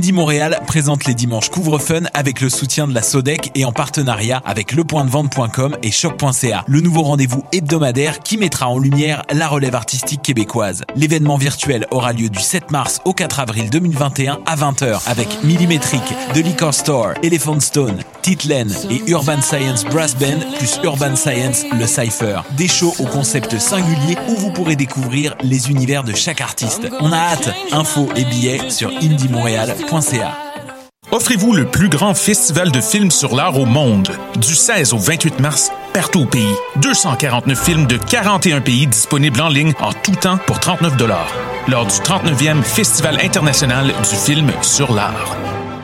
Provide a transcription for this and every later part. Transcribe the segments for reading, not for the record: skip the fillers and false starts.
Indie Montréal présente les dimanches Couvre-Fun avec le soutien de la Sodec et en partenariat avec lepointdevente.com et choc.ca. Le nouveau rendez-vous hebdomadaire qui mettra en lumière la relève artistique québécoise. L'événement virtuel aura lieu du 7 mars au 4 avril 2021 à 20h avec Millimétrique, The Liquor Store, Elephant Stone, Titlen et Urban Science Brass Band plus Urban Science le Cypher. Des shows au concept singulier où vous pourrez découvrir les univers de chaque artiste. On a hâte. Infos et billets sur indiemontréal.ca. Offrez-vous le plus grand festival de films sur l'art au monde. Du 16 au 28 mars, partout au pays. 249 films de 41 pays disponibles en ligne en tout temps pour 39 $. Lors du 39e Festival international du film sur l'art.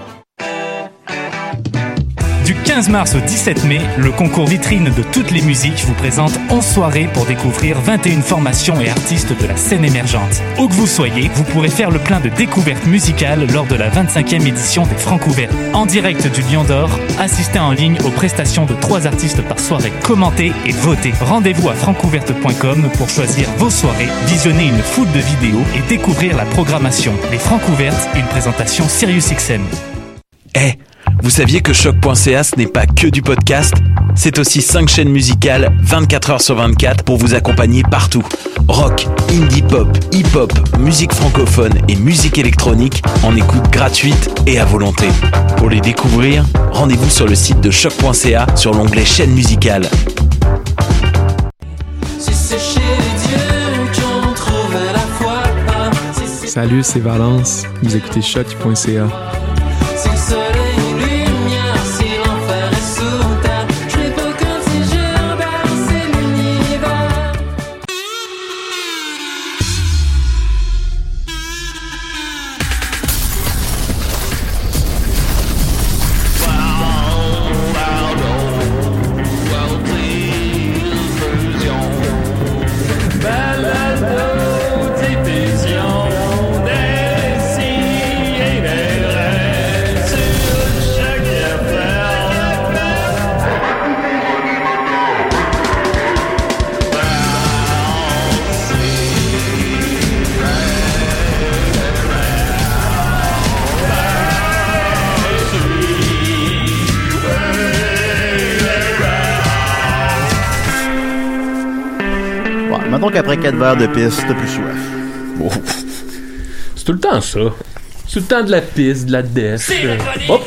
Du 15 mars au 17 mai, le concours vitrine de toutes les musiques vous présente 11 soirées pour découvrir 21 formations et artistes de la scène émergente. Où que vous soyez, vous pourrez faire le plein de découvertes musicales lors de la 25e édition des Francouvertes. En direct du Lion d'Or, assistez en ligne aux prestations de 3 artistes par soirée. Commentez et votez. Rendez-vous à francouverte.com pour choisir vos soirées, visionner une foule de vidéos et découvrir la programmation. Les Francouvertes, une présentation SiriusXM. Vous saviez que choc.ca ce n'est pas que du podcast? C'est aussi 5 chaînes musicales 24 heures sur 24 pour vous accompagner partout. Rock, indie pop, hip-hop, musique francophone et musique électronique en écoute gratuite et à volonté. Pour les découvrir, rendez-vous sur le site de choc.ca sur l'onglet chaîne musicale. Salut, c'est Valence. Vous écoutez choc.ca. Mettons qu'après 4 verres de pisse, t'as plus soif. Oh. C'est tout le temps ça. C'est tout le temps de la pisse, de la death. Oh.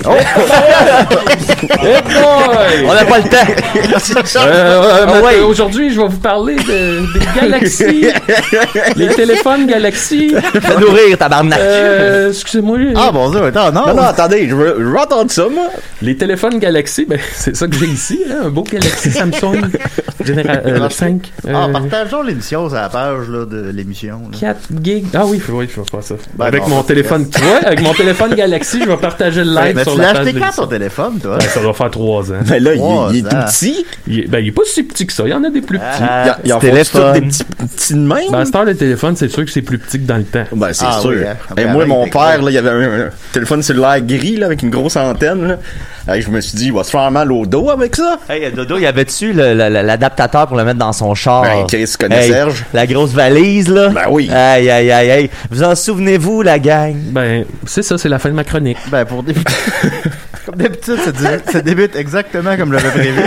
Hey boy! On n'a pas le temps! Ouais. Aujourd'hui, je vais vous parler des galaxies. Les téléphones Galaxy. Fais-nous rire, tabarnak! Excusez-moi. Ah, bon, ça, attends, non, attendez, je veux entendre ça, moi. Les téléphones Galaxy, ben, c'est ça que j'ai ici, hein, un beau Galaxy Samsung Général 5. Partageons l'émission sur la page là, de l'émission. Là. 4 gigs. Ah oui, je vais faire ça. Ben avec non, mon téléphone. Ouais, avec mon téléphone Galaxy, je vais partager le live sur la page. Mais tu l'as acheté quand ton téléphone, toi? Ben, ça doit faire 3 ans. Ben là, il est tout petit. Il est pas si petit que ça. Il y en a des plus petits. Il y en a des petits de même. Ben, à cette heure, le téléphone, c'est sûr que c'est plus petit que dans le temps. Ben, c'est sûr. Oui, hein. Ben, moi, mon père, là, il avait un téléphone cellulaire gris, là, avec une grosse antenne, là. Je me suis dit, il va se faire mal au dos avec ça. Hey, Dodo, il y avait-tu l'adaptateur pour le mettre dans son char? Ben, Chris connaît Serge. La grosse valise, là. Ben oui. Aïe. Vous en souvenez-vous, la gang? Ben, c'est ça, c'est la fin de ma chronique. Ben, pour débuter. Comme d'habitude, ça débute exactement comme j'avais prévu.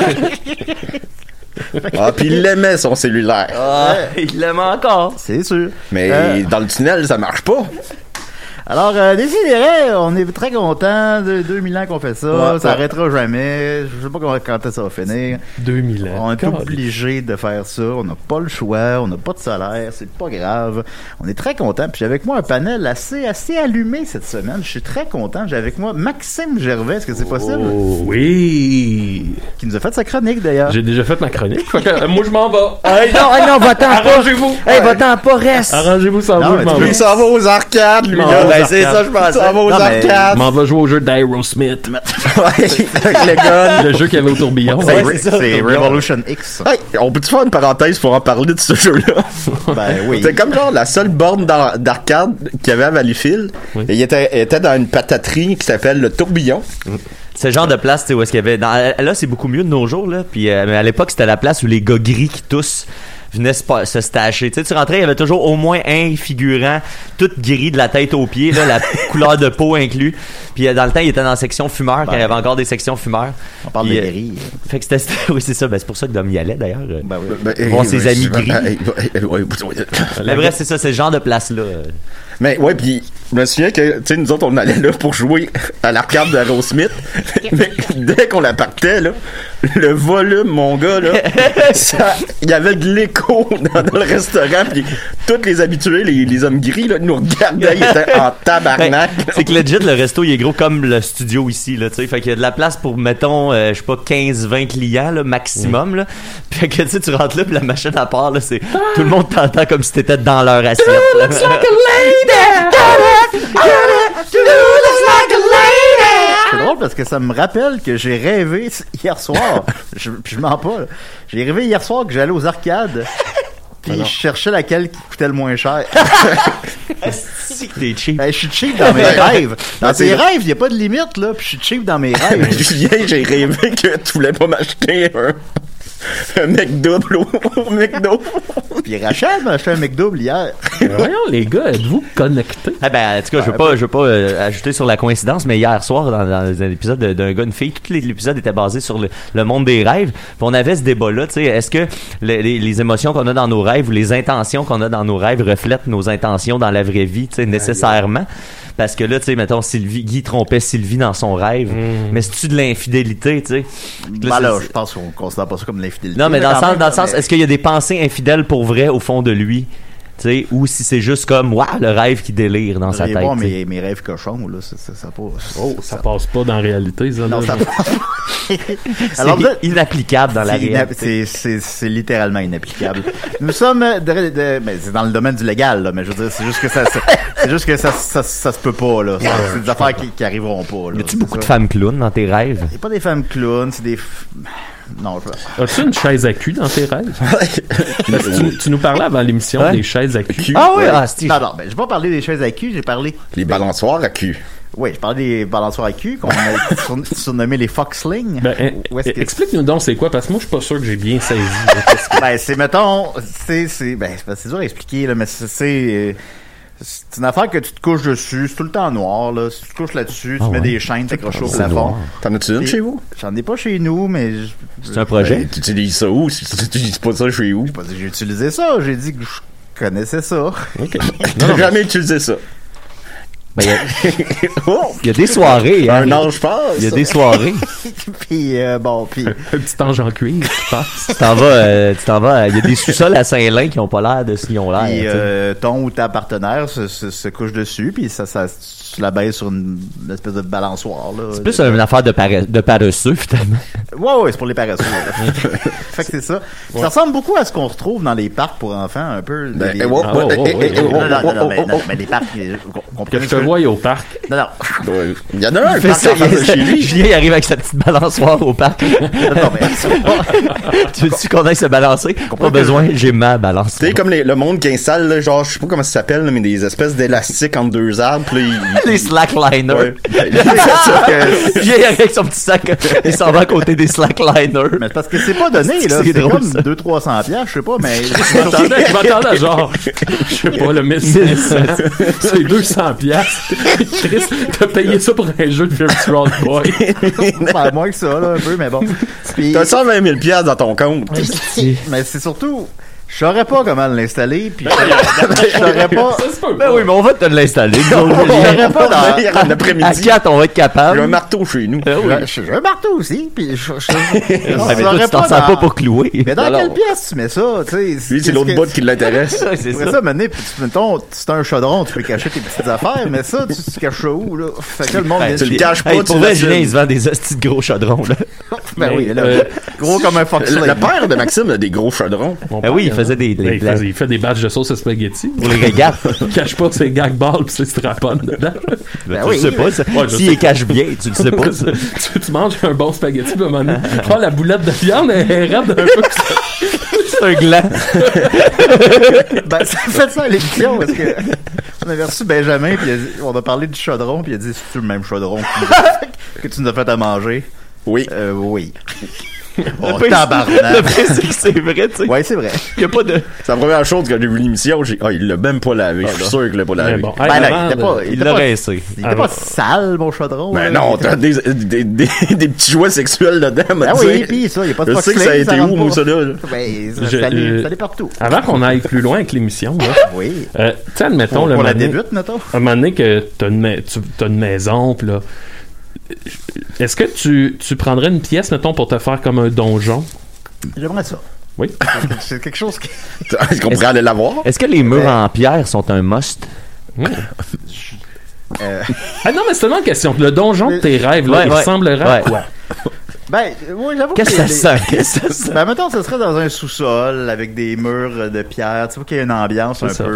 Ah, puis il l'aimait, son cellulaire. Ah, il l'aime encore. C'est sûr. Mais dans le tunnel, ça marche pas. Alors, Décidérez, on est très contents de 2000 ans qu'on fait ça. Ça arrêtera jamais. Je sais pas quand ça va finir. 2000 ans. On est obligé de faire ça. On n'a pas le choix. On n'a pas de salaire. C'est pas grave. On est très contents. Puis j'ai avec moi un panel assez allumé cette semaine. Je suis très content. J'ai avec moi Maxime Gervais. Est-ce que c'est possible? Oh, oui. Qui nous a fait sa chronique, d'ailleurs. J'ai déjà fait ma chronique. Moi, je m'en vais. Hey, non, va-t'en pas. Arrangez-vous. Hey, va-t'en pas, reste. Arrangez-vous sans vous, je m'en vais. Il s'en va aux arcades, lui. Ben, c'est ça, je pensais. Ça va aux arcades. Je m'en vais jouer au jeu d'Aerosmith. Avec le gun. Le jeu qu'il y avait au tourbillon. C'est Revolution X. Hey, on peut-tu faire une parenthèse pour en parler de ce jeu-là? Ben oui. C'est comme genre la seule borne d'arcade qu'il y avait à Valleyfield. Oui. Et il était dans une pataterie qui s'appelle le Tourbillon. C'est le genre de place, tu sais, où est-ce qu'il y avait... là, c'est beaucoup mieux de nos jours, là. Puis à l'époque, c'était la place où les gars gris qui toussent venaient se stacher. Tu sais, tu rentrais, il y avait toujours au moins un figurant, tout gris de la tête aux pieds, là, la couleur de peau inclus. Puis dans le temps, il était dans la section fumeurs, quand il y avait encore des sections fumeurs. On parle de gris. Fait que c'était oui, c'est ça. Ben, c'est pour ça que Dom y allait, d'ailleurs. Voir ses amis gris. Mais bref, c'est ça, c'est ce genre de place-là. Mais ouais, puis je me souviens que, tu sais, nous autres, on allait là pour jouer à l'arcade de Aerosmith. Mais dès qu'on la partait, là, le volume, mon gars, là, il y avait de l'écho dans le restaurant. Puis tous les habitués, les hommes gris, là, nous regardaient, ils étaient en tabarnak. C'est que legit, le resto, il est gros comme le studio ici, là, tu sais. Fait qu'il y a de la place pour, mettons, je sais pas, 15-20 clients, là, maximum, là. Puis que, tu sais, tu rentres là, puis la machine à part, là, c'est, tout le monde t'entend comme si t'étais dans leur assiette. Looks like a lady. C'est drôle parce que ça me rappelle que j'ai rêvé hier soir. je mens pas. Là. J'ai rêvé hier soir que j'allais aux arcades. Puis je cherchais laquelle qui coûtait le moins cher. C'est que t'es cheap. Ben, je suis cheap dans mes rêves. Dans tes rêves, il n'y a pas de limite, là. Puis je suis cheap dans mes rêves. Julien, j'ai rêvé que tu voulais pas m'acheter un McDouble au McDo. Puis Rachel m'a acheté un McDouble hier. Voyons, les gars, êtes-vous connectés? Ah ben, en tout cas, je veux pas ajouter sur la coïncidence, mais hier soir, dans un épisode d'un gars, une fille, tout l'épisode était basé sur le monde des rêves. Puis on avait ce débat-là, tu sais, est-ce que les émotions qu'on a dans nos rêves ou les intentions qu'on a dans nos rêves reflètent nos intentions dans la vraie vie, tu sais, nécessairement? Parce que là, tu sais, mettons, Guy trompait Sylvie dans son rêve. Mais c'est-tu de l'infidélité, tu sais? Là, je pense qu'on considère pas ça comme de l'infidélité. Non, mais dans le sens, est-ce qu'il y a des pensées infidèles pour vrai au fond de lui? Tu sais, ou si c'est juste comme, waouh, le rêve qui délire dans sa tête. Bon, mes rêves cochons, là, ça passe. Oh, ça passe pas dans la réalité, ça. Non, ça passe pas. Alors, inapplicable dans la réalité. C'est littéralement inapplicable. Nous sommes mais c'est dans le domaine du légal, là, mais je veux dire, c'est juste que ça se peut pas, là. C'est des affaires qui arriveront pas, là. Y a-tu beaucoup de femmes clowns dans tes rêves? Il y a pas des femmes clowns, c'est des... Non, As-tu une chaise à cul dans tes rêves? tu nous parlais avant l'émission des chaises à cul. Ah oui, non, ben, j'ai pas parlé des chaises à cul, j'ai parlé... Les balançoires à cul. Oui, je parlais des balançoires à cul qu'on a surnommés les Foxlings. Ben, explique-nous donc c'est quoi, parce que moi je suis pas sûr que j'ai bien saisi. Ben, c'est, mettons, c'est dur à expliquer, là, mais c'est une affaire que tu te couches dessus, c'est tout le temps noir, là. Si tu te couches là-dessus, tu mets des chaînes, t'accroches au plafond. T'en as-tu une chez vous? J'en ai pas chez nous, mais... C'est un projet? Ben, tu utilises ça où? Tu utilises pas ça chez où? J'ai pas dit que j'ai utilisé ça, j'ai dit que je connaissais ça. OK. J'ai jamais utilisé ça. Ben, il y a des soirées. Un ange passe. Il y a des soirées. Puis, puis... Un petit ange en cuir qui passe. Tu t'en vas. Il y a des sous-sols à Saint-Lin qui ont pas l'air de ce qu'ils ont l'air. Puis, ton ou ta partenaire se couche dessus, puis ça tu la baisses sur une espèce de balançoire, là. C'est plus une affaire de paresseux, finalement. Ouais, c'est pour les paresseux. Fait que c'est ça. Ouais. Ça ressemble beaucoup à ce qu'on retrouve dans les parcs pour enfants, un peu. Mais les parcs... Que je te vois au parc. Non. Il y en a un parc en face de chez lui. Julien, il arrive avec sa petite balançoire au parc. Non, mais... Tu veux-tu qu'on aille se balancer? Pas besoin, j'ai ma balançoire. Tu sais, comme le monde qui installe, là, genre, je sais pas comment ça s'appelle, là, mais des espèces d'élastiques entre deux arbres, puis les slackliners. Ouais. Julien arrive avec son petit sac, il s'en va à côté des slackliners. Mais parce que c'est pas donné, là. C'est drôle, comme 200-300$, je sais pas, mais... Je m'attendais à genre, je sais pas, le 1500. C'est 200$. Chris, t'as payé ça pour un jeu de Virtual Boy. Pas moins que ça, là, un peu, mais bon. Puis, t'as 120 000$ dans ton compte. Mais c'est surtout... Je saurais pas comment l'installer, puis je saurais pas... Ben oui, mais on va te l'installer. Je saurais pas dans... l'après-midi. À 4, on va être capable. J'ai un marteau chez nous. J'ai un marteau aussi, puis je mais toi, tu t'en sers pas pour clouer. Mais dans quelle pièce tu mets ça, tu sais? Lui, c'est l'autre bout qui l'intéresse. C'est ça, maintenant, mettons, c'est un chaudron, tu peux cacher tes petites affaires, mais ça, tu caches ça où, là? Fait que le monde... Tu le caches pas, pour vrai, Julien, il se vend des hosties de gros chaudrons, là. Ben oui, gros comme un fox. Le père de Maxime a des gros chaudrons. Ben oui, il faisait il fait des batchs de sauce à spaghetti. Pour les régates. Il cache pas ses gag balls pis ses strap-on dedans. Ben tu le sais pas, ça. S'il les cache bien, tu le sais pas. Tu manges un bon spaghetti, pis à un moment donné, la boulette de viande est raide un peu. C'est un gland. Ben, ça fait ça à l'émission, parce que on avait reçu Benjamin, puis on a parlé du chaudron, puis il a dit, c'est-tu le même chaudron que tu nous as fait à manger? Oui. Oui. Oh, Le tabarnak. pire, c'est que c'est vrai, tu sais. Ouais, c'est vrai. Il y a pas de... C'est la première chose que j'ai vu l'émission, il l'a même pas lavé. Je suis sûr qu'il l'a pas lavé. Mais bon, Ben hey, là, avant il était pas, Il l'a rincé. il était pas sale, mon chaudron. Ben là. non, Il était- t'as des petits jouets sexuels dedans, Ben tu oui, sais. pis ça, il y a pas de Je fuck sais que ça a slave, été rentre où, moi, pas. ça, là. Ben, Je- ça allait partout. Avant qu'on aille plus loin avec l'émission, là, Oui. tu sais, admettons, Pour le la moment donné- débute, mettons. un moment donné que t'as une maison, pis là, est-ce que tu prendrais une pièce, mettons, pour te faire comme un donjon? J'aimerais ça. Oui. C'est quelque chose qui... Est-ce qu'on pourrait aller la voir? Est-ce que les murs en pierre sont un must? Ah non, mais c'est tellement une question. Le donjon de tes rêves, là, Ouais, il ouais. ressemblerait à Ouais. quoi? Ben, oui, j'avoue Qu'est-ce que ça les- sent? Qu'est-ce que ça sent? Ben, mettons, ce serait dans un sous-sol avec des murs de pierre. Tu vois qu'il y a une ambiance C'est un ça. peu...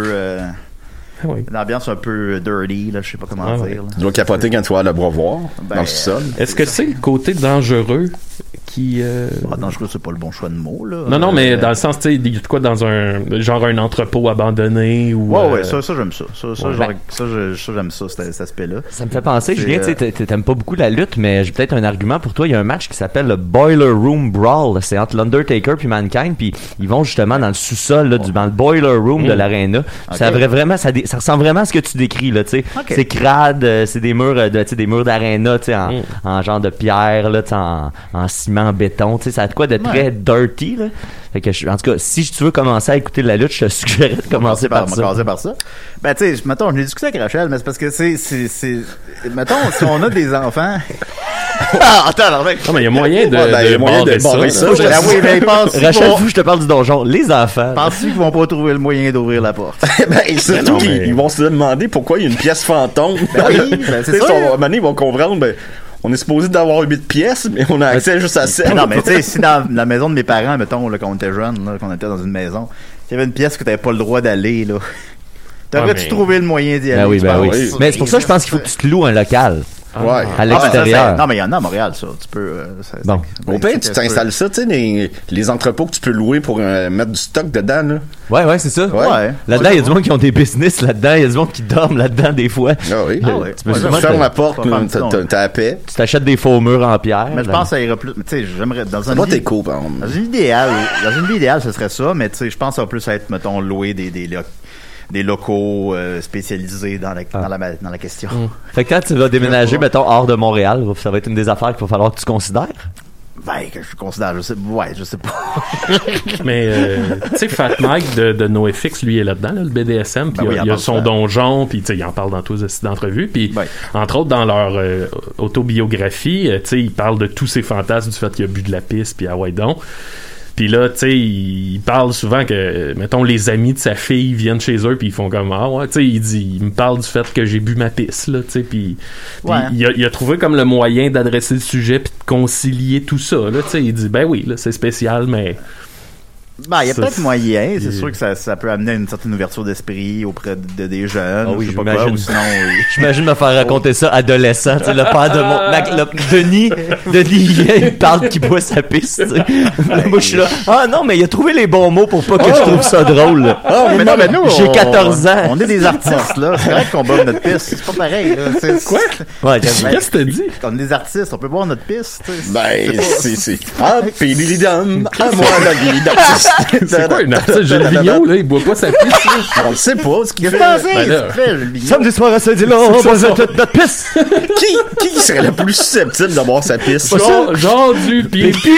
Ah oui. une ambiance un peu dirty, là, je sais pas comment Ah dire. ouais. là. Tu dois capoter quand tu vas à le brevoir, Ben, dans le sol. Est-ce que c'est le côté dangereux qui... Ah, non, je crois que c'est pas le bon choix de mots, là. Non, mais dans le sens, tu sais, il y a de quoi dans un entrepôt abandonné ou... Ouais, ça j'aime ça. Ça, Ouais. j'aime ça, cet aspect-là. Ça me fait penser, C'est, Julien, tu sais, t'aimes pas beaucoup la lutte, mais j'ai peut-être un argument pour toi. Il y a un match qui s'appelle le Boiler Room Brawl. C'est entre l'Undertaker puis Mankind, puis ils vont justement dans le sous-sol, là, dans le Boiler Room de l'aréna. Ça ressemble vraiment à ce que tu décris, là, tu sais. Ok. C'est crade, c'est des murs des murs d'aréna, tu sais, en genre de pierre, là, tu sais, en ciment, en béton, tu sais, ça a de quoi de très dirty, là. Fait que en tout cas, si tu veux commencer à écouter de la lutte, je te suggérerais de commencer par ça. Commencer par ça. Ben, tu sais, mettons, je l'ai discuté avec Rachel, mais c'est parce que mettons, si on a des enfants. Attends, alors, mec. Non, mais il y a moyen de, Ouais, ben, il y a moyen de barrer ça. Ah oui, mais Rachel, je te parle du donjon. Les enfants. penses-tu qu'ils vont pas trouver le moyen d'ouvrir la porte? Ben, surtout non, qu'ils mais- ils vont se demander pourquoi il y a une pièce fantôme. Ben oui, ben, c'est Tu sais, ça. à un moment donné, ils vont comprendre, ben, on est supposé d'avoir 8 pièces, mais on a accès juste à 7. Non, mais tu sais, si dans la maison de mes parents, mettons, là, quand on était jeunes, là, qu'on était dans une maison, il y avait une pièce que t'avais pas le droit d'aller, là. T'aurais-tu mais- trouvé le moyen d'y aller? Ben oui, tu ben penses? oui. Mais c'est pour ça que je pense qu'il faut que tu te loues un local Ouais. à Ah, ben, l'extérieur. non, mais il y en a à Montréal, ça. Tu peux. Bon. Au pire, tu t'installes ça, tu sais, les entrepôts que tu peux louer pour mettre du stock dedans, là. Ouais, c'est ça. Ouais. Là-dedans, il y a du monde qui ont des business là-dedans. Il y a du monde qui dorment là-dedans des fois. Ah oui. Ah ouais. Tu peux Ouais, sûrement Tu fermes te- la porte, pas là, faire ça, t'as la paix. tu t'achètes des faux murs en pierre. Mais je pense que ça ira plus. Tu sais, j'aimerais. Dans C'est un pas tes coups, par exemple. Dans une vie idéale, ce serait ça, mais tu sais, je pense que ça va plus être, mettons, louer des locaux spécialisés dans la question. Fait que quand tu vas déménager, mettons, hors de Montréal, ça va être une des affaires qu'il va falloir que tu considères. Ben, que je considère, je sais pas. Mais, tu sais, Fat Mike de NoFX, lui, est là-dedans, là, le BDSM, puis Ben oui, il y a il en son parle. donjon, puis tu sais, il en parle dans tous les d'entrevues, puis Ouais. entre autres, dans leur autobiographie, tu sais, il parle de tous ses fantasmes, du fait qu'il a bu de la pisse, puis ah ouais donc. Puis là, tu sais, il parle souvent que, mettons, les amis de sa fille viennent chez eux, puis ils font comme, ah ouais, tu sais, il me parle du fait que j'ai bu ma pisse, là, tu sais, puis Ouais. il a trouvé comme le moyen d'adresser le sujet, puis de concilier tout ça, là, tu sais, il dit, ben oui, là, c'est spécial, mais... Ben, il y a Ça, peut-être moyen. C'est il- sûr que ça peut amener une certaine ouverture d'esprit auprès des jeunes. Ah oui, je sais pas quoi, j'imagine. ou sinon. J'imagine me faire raconter ça adolescent. Tu sais, le père de Denis, il parle qu'il boit sa pisse. Tu sais. Moi, je suis là. Ah non, mais il a trouvé les bons mots pour pas que je trouve ça drôle. mais non, mais nous, J'ai 14 ans. On est des artistes, là. C'est vrai qu'on boit notre piste. C'est pas pareil, là. Quoi? Ouais, j'avoue. Qu'est-ce que t'as dit? On est des artistes, on peut boire notre piste. tu sais. Ben, c'est. Ah, pililidam, à moi la vie d'artiste. C'est quoi, un artiste Gilles là, il boit pas sa pisse, là? On le sait pas, ce qu'il Qu'est-ce fait. que t'en sais? Ben là. Qu'est-ce que tu fais, Julien? Samedi soir à Saint-Dylan, on boit toute notre pisse. Qui serait le plus susceptible d'avoir sa piste? Genre du pipi!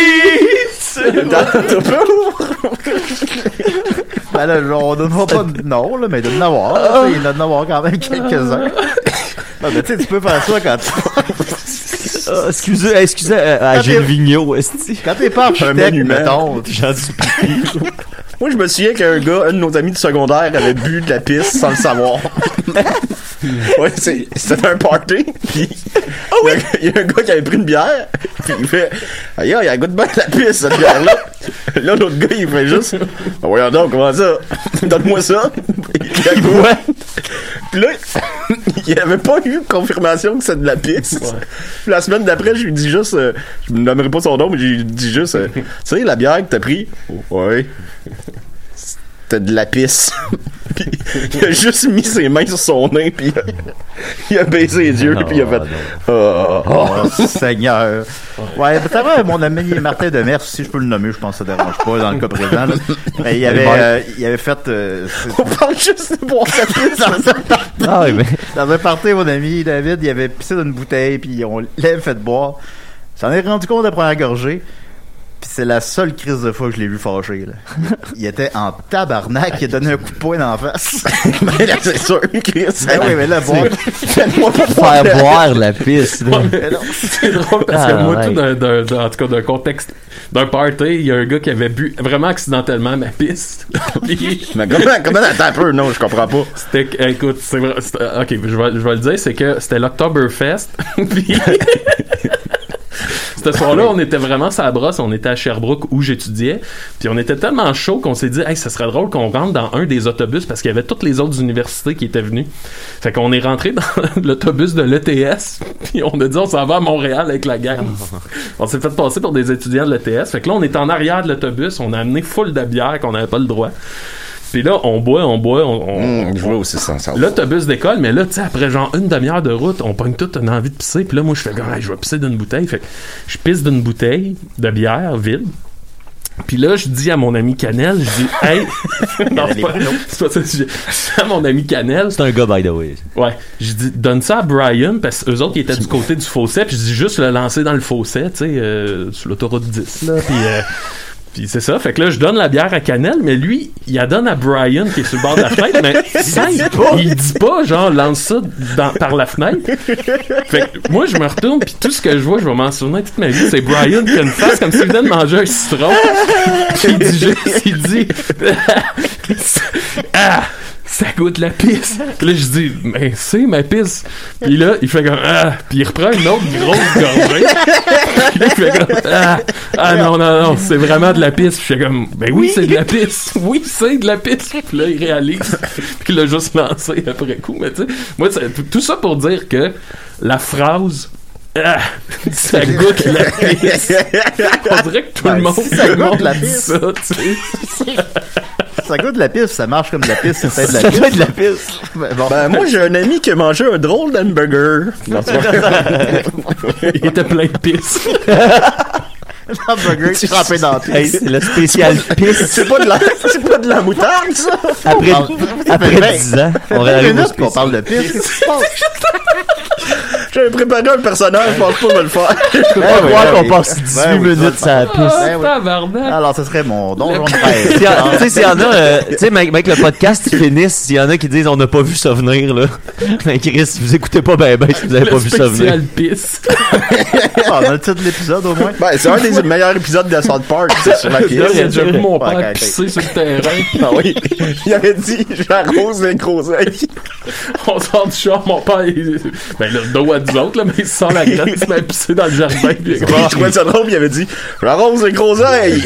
Ben là, on donnera pas de nom, là, mais il doit en avoir. là, tu sais, il doit en avoir quand même quelques-uns. Non, mais tu sais, tu peux faire ça quand Excusez à Gilles Vigneault, esti. quand t'es pas architecte, monument. mettons. J'en dis Moi, je me souviens qu'un gars, un de nos amis du secondaire, avait bu de la pisse sans le savoir. Ouais, c'était un party. Puis, il y a un gars qui avait pris une bière. Puis il fait, aïe, il y a un goût de bien de la pisse, cette bière-là. Là, l'autre gars, il fait juste, ah, voyons donc, comment ça? Donne-moi ça. Il a goût. Puis là, il avait pas eu confirmation que c'était de la pisse. Puis la semaine d'après, je lui dis juste, je me nommerai pas son nom, mais je lui dis juste, tu sais, la bière que t'as pris? Ouais. C'était de la pisse. puis il a juste mis ses mains sur son nez, puis il a baisé les yeux, puis il a fait Oh, Seigneur. Ouais, t'as vrai, mon ami Martin Demers, si je peux le nommer, je pense que ça dérange pas dans le cas présent. Là. Il avait fait... on parle juste de boire sa pisse. Ah oui, mais... Dans un party, mon ami David, il avait pissé dans une bouteille, puis on l'avait fait boire. S'en est rendu compte après la gorgée. Puis c'est la seule crise de fois que je l'ai vu fâché. Là. Il était en tabarnak, il a donné un coup de poing dans la face. Mais là, c'est sûr, Chris. Ben oui, mais là, bon, fais-moi pas faire boire la piste. Ouais, c'est drôle parce que moi, tout en tout cas, d'un contexte, d'un party, il y a un gars qui avait bu vraiment accidentellement ma piste. Mais comment attends un peu? Non, je comprends pas. C'était, écoute, c'est vrai, ok, je vais le dire, c'est que c'était l'Oktoberfest. Puis... Ce soir-là, on était vraiment sur la brosse, on était à Sherbrooke où j'étudiais, puis on était tellement chaud qu'on s'est dit, hey, ça serait drôle qu'on rentre dans un des autobus parce qu'il y avait toutes les autres universités qui étaient venues. Fait qu'on est rentré dans l'autobus de l'ETS, puis on a dit, on s'en va à Montréal avec la gang. On s'est fait passer pour des étudiants de l'ETS. Fait que là, on est en arrière de l'autobus, on a amené full de bière qu'on n'avait pas le droit. Puis là, on boit. Je vois aussi ça. L'autobus décolle, mais là, tu sais, après genre une demi-heure de route, on pogne toute une envie de pisser. Puis là, moi, je fais, hey, je vais pisser d'une bouteille. Fait que je pisse d'une bouteille de bière vide. Puis là, je dis à mon ami Canel, je dis, hey, non, c'est pas ça. Je dis à mon ami Canel. C'est un gars, by the way. Ouais. Je dis, donne ça à Brian, parce que eux autres, ils étaient du côté du fossé. Puis je dis juste le lancer dans le fossé, tu sais, sur l'autoroute 10, là. Puis c'est ça, fait que là je donne la bière à Canel, mais lui il la donne à Brian qui est sur le bord de la fenêtre, mais il dit pas genre lance ça par la fenêtre. Fait que moi je me retourne puis tout ce que je vois, je vais m'en souvenir toute ma vie, c'est Brian qui a une face comme s'il venait de manger un citron. Puis il dit ah, ça goûte la pisse. Puis là je dis mais c'est ma pisse. Puis là il fait comme ah, puis il reprend une autre grosse gorgée. Puis là il fait comme ah non, c'est vraiment de la pisse. Puis je fais comme ben oui c'est de la pisse. Oui c'est de la pisse. Puis là il réalise. Puis il l'a juste lancé après coup. Mais tu sais, moi tout ça pour dire que la phrase ça goûte la pisse. On dirait que tout le monde ça goûte la pisse. Ça, tu sais. Ça goûte de la pisse, ça marche comme de la pisse, c'est peut-être de la Ça pisse. doit être de la pisse. Ben, moi, j'ai un ami qui a mangé un drôle d'hamburger. Il était plein de pisse. Hamburger trempé dans la pisse. Hey, c'est le spécial pisse. C'est pas de la moutarde, ça? Après 10 ans, on va arriver minutes qu'on parle de pisse. Qu'est-ce qui se passe? J'avais préparé un personnage, je pense pas me le faire. Je peux pas croire qu'on passe 18 minutes sur la pisse. Tabarnak. Alors, ce serait mon donjon de rêve. Tu sais, s'il y en a, tu sais, mec, le podcast, il finisse, s'il y en a qui disent on n'a pas vu ça venir, là. Mais Chris, vous écoutez pas ben si vous avez pas vu ça venir. Spécial pisse. On a le titre de l'épisode, au moins. Ben, c'est un des meilleurs épisodes de South Park, c'est sur la Là, pisse. il a déjà vu mon Ouais, père ok. pisser sur le terrain. Ah oui. Il avait dit, j'arrose les groseilles. On sort du char, mon père, ben le dos à 10 autres, là, mais il sort la graine, il se met à pisser dans le jardin. Puis Je trouvais ça drôle, il avait dit, j'arrose les groseilles.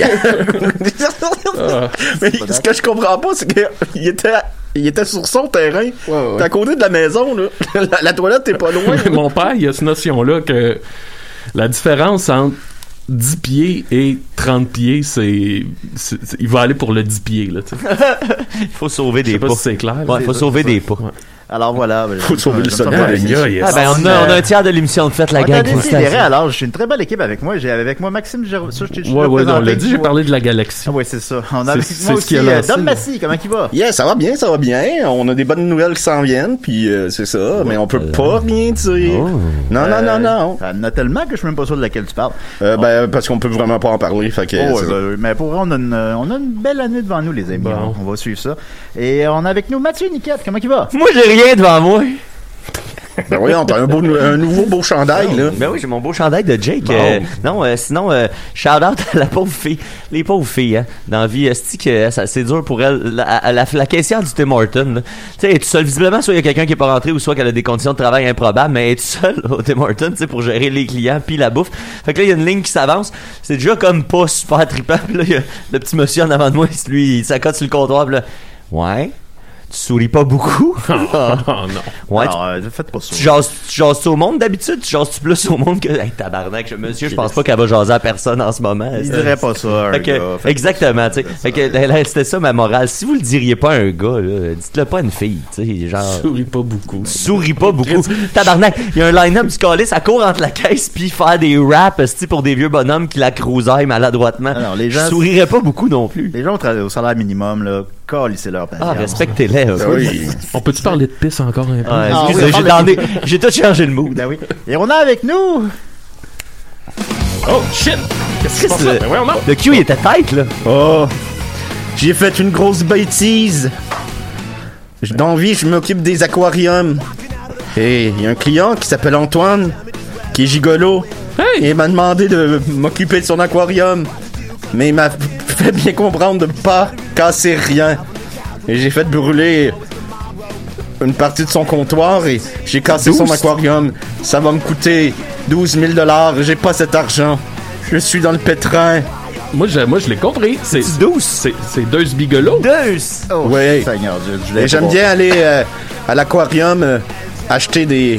Mais ce que je comprends pas, c'est qu'il était sur son terrain. T'es à côté de la maison, là. La toilette, t'es pas loin. Mais mon père, il a cette notion-là que la différence entre 10 pieds et 30 pieds, il va aller pour le 10 pieds, là, tu sais. Il faut sauver Je sais des pas pas. si c'est clair. Ouais, il faut sauver des pas. Ouais. Alors voilà. Faut sauver le sommet. Ah ben, on a un tiers de l'émission de fête, la gang. Alors, j'ai une très belle équipe avec moi. J'ai avec moi Maxime Gervais. Ça, je t'ai Ouais, on l'a dit, j'ai parlé de la galaxie. Ah ouais, c'est ça. On a avec C'est moi ce qui a aussi lancé, Dom là. Massy. Comment il va? Yeah, ça va bien. On a des bonnes nouvelles qui s'en viennent, puis c'est ça, mais on peut pas rien dire. Oh. Non. Ça en a tellement que je suis même pas sûr de laquelle tu parles. Ben, parce qu'on peut vraiment pas en parler, fait que... Oh, c'est ça. mais pour vrai, on a une belle année devant nous, les amis. Bon. On va suivre ça. Et on a avec nous Mathieu Niquette. Comment il va? Moi, j'ai rien devant moi. Ben voyons, t'as un nouveau beau chandail, là. Ben oui, j'ai mon beau chandail de Jake. Bon. Sinon, shout out à la pauvre fille. Les pauvres filles, hein. Dans la vie, c'est dur pour elle. La caissière du Tim Hortons, là. Tu sais, elle est toute seule. Visiblement, soit il y a quelqu'un qui est pas rentré ou soit qu'elle a des conditions de travail improbables, mais elle est toute seule au Tim Hortons, tu sais, pour gérer les clients puis la bouffe. Fait que là, il y a une ligne qui s'avance. C'est déjà comme pas super trippant. Puis là, il y a le petit monsieur en avant de moi, lui, il s'accote sur le comptoir. Puis là, ouais. Tu souris pas beaucoup? Oh non. Ouais. Alors, faites pas ça. Tu jases au monde d'habitude? Tu jases-tu plus au monde que... Hey, tabarnak, monsieur, je pense pas qu'elle va jaser à personne en ce moment. Il dirait pas ça, un gars. Exactement, tu sais. Fait que là, c'était ça ma morale. Si vous le diriez pas à un gars, là, dites-le pas à une fille, tu sais, genre... Souris pas beaucoup. Souris pas beaucoup. Tabarnak, il y a un line-up du calice, ça court entre la caisse puis faire des raps, pour des vieux bonhommes qui la crousaillent maladroitement. Alors, les gens... Je sourirais pas beaucoup non plus. Les gens au salaire minimum, là, calissez leur patience. Ah, respectez-les. Oui. On peut-tu parler de pisse encore un peu? Ah, excusez, j'ai tout changé le mood. Ben oui. Et on a avec nous... Oh, shit! Qu'est-ce qui se passe là? Ben ouais, on a... Le Q, il était tête, là. Oh, j'ai fait une grosse bêtise. Dans la vie, je m'occupe des aquariums. Et il y a un client qui s'appelle Antoine, qui est gigolo. Hey! Et il m'a demandé de m'occuper de son aquarium. Mais il m'a fait bien comprendre de pas casser rien. Et j'ai fait brûler une partie de son comptoir et j'ai cassé son aquarium. Ça va me coûter 12 000 $. J'ai pas cet argent. Je suis dans le pétrin. Moi, je l'ai compris. C'est douce. C'est deux bigelots. Douce! Oh, Oui. Seigneur Dieu, je l'ai Et j'aime pas. bien aller à l'aquarium acheter des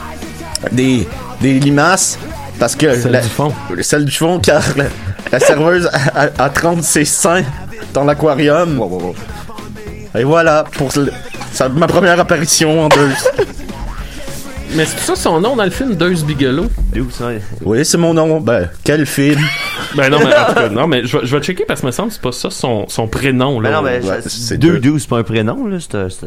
limaces parce que celle du fond car la serveuse a 30 ses seins dans l'aquarium. Et voilà pour ma première apparition en deux. Mais c'est ça son nom dans le film, Deux Bigelow? Douce, ouais. Oui, c'est mon nom. Ben, quel film? Ben non, mais en tout cas, non, mais je vais checker parce que me semble que c'est pas ça son prénom, là. Ben non, mais c'est Douce, c'est pas un prénom, là.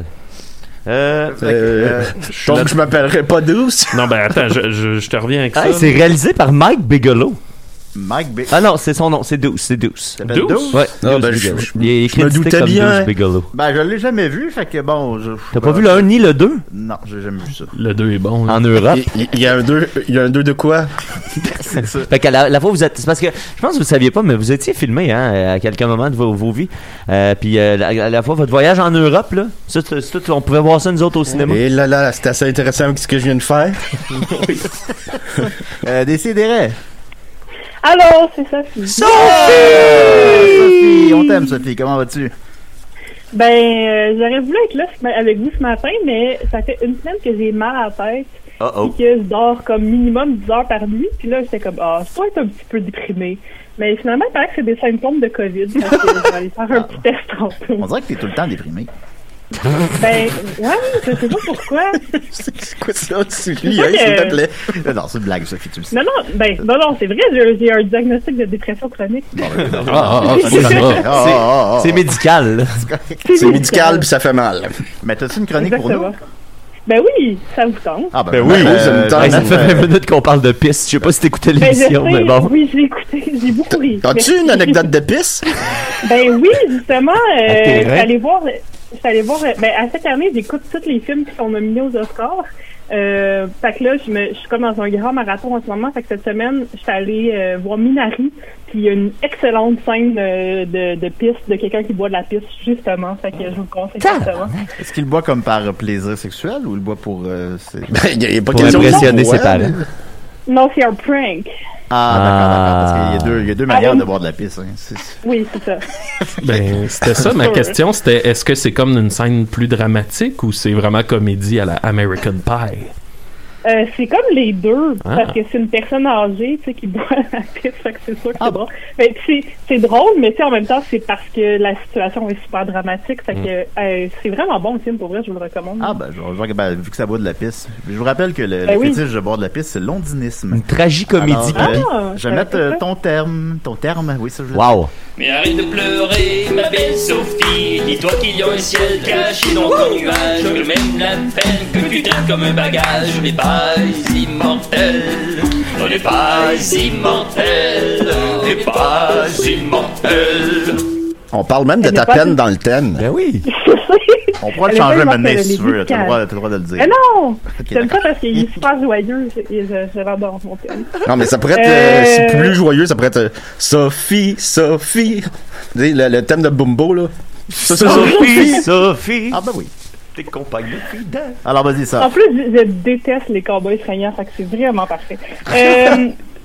Donc je m'appellerai pas Douce. Non, ben attends, je te reviens avec ça. Hey, c'est réalisé par Mike Bigelow. Mike Bigelow. Ah non, c'est son nom, c'est Douce, c'est Douce. Douce? Ouais. Ah, ben, Bigelow. je Il est me crédité doutais comme bien. Douce Bigelow. Ben, je l'ai jamais vu, fait que bon... T'as pas vu le 1 ni le 2? Non, j'ai jamais vu ça. Le 2 est bon. Là. En Europe. Il y a un 2, de quoi? Fait qu'à la fois vous êtes, c'est parce que je pense que vous saviez pas, mais vous étiez filmé à quelques moments de vos vies. Puis à la fois votre voyage en Europe là, ça, on pouvait voir ça nous autres au cinéma. Et là, c'est assez intéressant avec ce que je viens de faire. Décidérez. Allô, c'est Sophie. Sophie! On t'aime, Sophie. Comment vas-tu? Ben, j'aurais voulu être là avec vous ce matin, mais ça fait une semaine que j'ai mal à la tête. Oh. Et que je dors comme minimum 10 heures par nuit. Puis là, j'étais comme, je dois être un petit peu déprimée. Mais finalement, il paraît que c'est des symptômes de COVID. Donc, je vais aller faire un petit test tantôt. On dirait que t'es tout le temps déprimé. Ben, ouais, je sais pas pourquoi. C'est quoi ça? Tu lis, s'il te plaît. Non, c'est une blague, Sophie, tu le sais. Non, c'est vrai, j'ai un diagnostic de dépression chronique. C'est médical. Là. C'est médical, puis ça fait mal. Mais t'as-tu une chronique pour nous? Ben oui, ça vous tente. Ah ben oui, ça me tente. Ça fait 20 minutes qu'on parle de pisse. Je sais pas si t'écoutais l'émission, mais bon. Oui, j'ai écouté, j'ai beaucoup ri. As-tu une anecdote de pisse? Ben oui, justement, j'allais voir, ben à cette année, j'écoute tous les films qui sont nominés aux Oscars. Fait que là, je suis comme dans un grand marathon en ce moment. Fait que cette semaine, je suis allée voir Minari, puis il y a une excellente scène de pisse, de quelqu'un qui boit de la pisse, justement. Fait que je vous le conseille justement. Est-ce qu'il le boit comme par plaisir sexuel ou il le boit pour... Il n'y a pas pour impressionner ses parents. Non, c'est un prank. Ah, d'accord. Parce qu'il y a deux manières de boire de la pisse. Hein. Oui, c'est ça. Ben, c'était ça ma question. C'était, est-ce que c'est comme une scène plus dramatique ou c'est vraiment comédie à la American Pie? C'est comme les deux, parce que c'est une personne âgée, tu sais, qui boit la pisse, fait que c'est sûr que c'est drôle. Mais c'est drôle, mais tu sais, en même temps, c'est parce que la situation est super dramatique, fait que c'est vraiment bon le film, pour vrai, je vous le recommande. Ah, ben, vu que ça boit de la pisse. Je vous rappelle que le fétiche de boire de la pisse, c'est le londinisme. Une tragicomédie. Je vais mettre ton terme, oui, ça je Wow. Mais arrête de pleurer, ma belle Sophie. Dis-toi qu'il y a un ciel caché dans ton nuage. Que même la peine que tu traites comme un bagage. On n'est pas immortel. On n'est pas immortel. On n'est pas immortel. On parle même de ta peine dans le thème. Ben oui. On pourra le changer maintenant si tu veux. T'as le droit de le dire. Mais non! J'aime ça parce qu'il est super joyeux. Je l'adore, mon thème. Non, mais ça pourrait être c'est plus joyeux. Ça pourrait être Sophie. Tu sais, le thème de Bumbo, là. Sophie. Ah, ben oui. T'es compagnie fidèle. Alors, vas-y, ça. En plus, je déteste les cowboys fringants, fait que c'est vraiment parfait.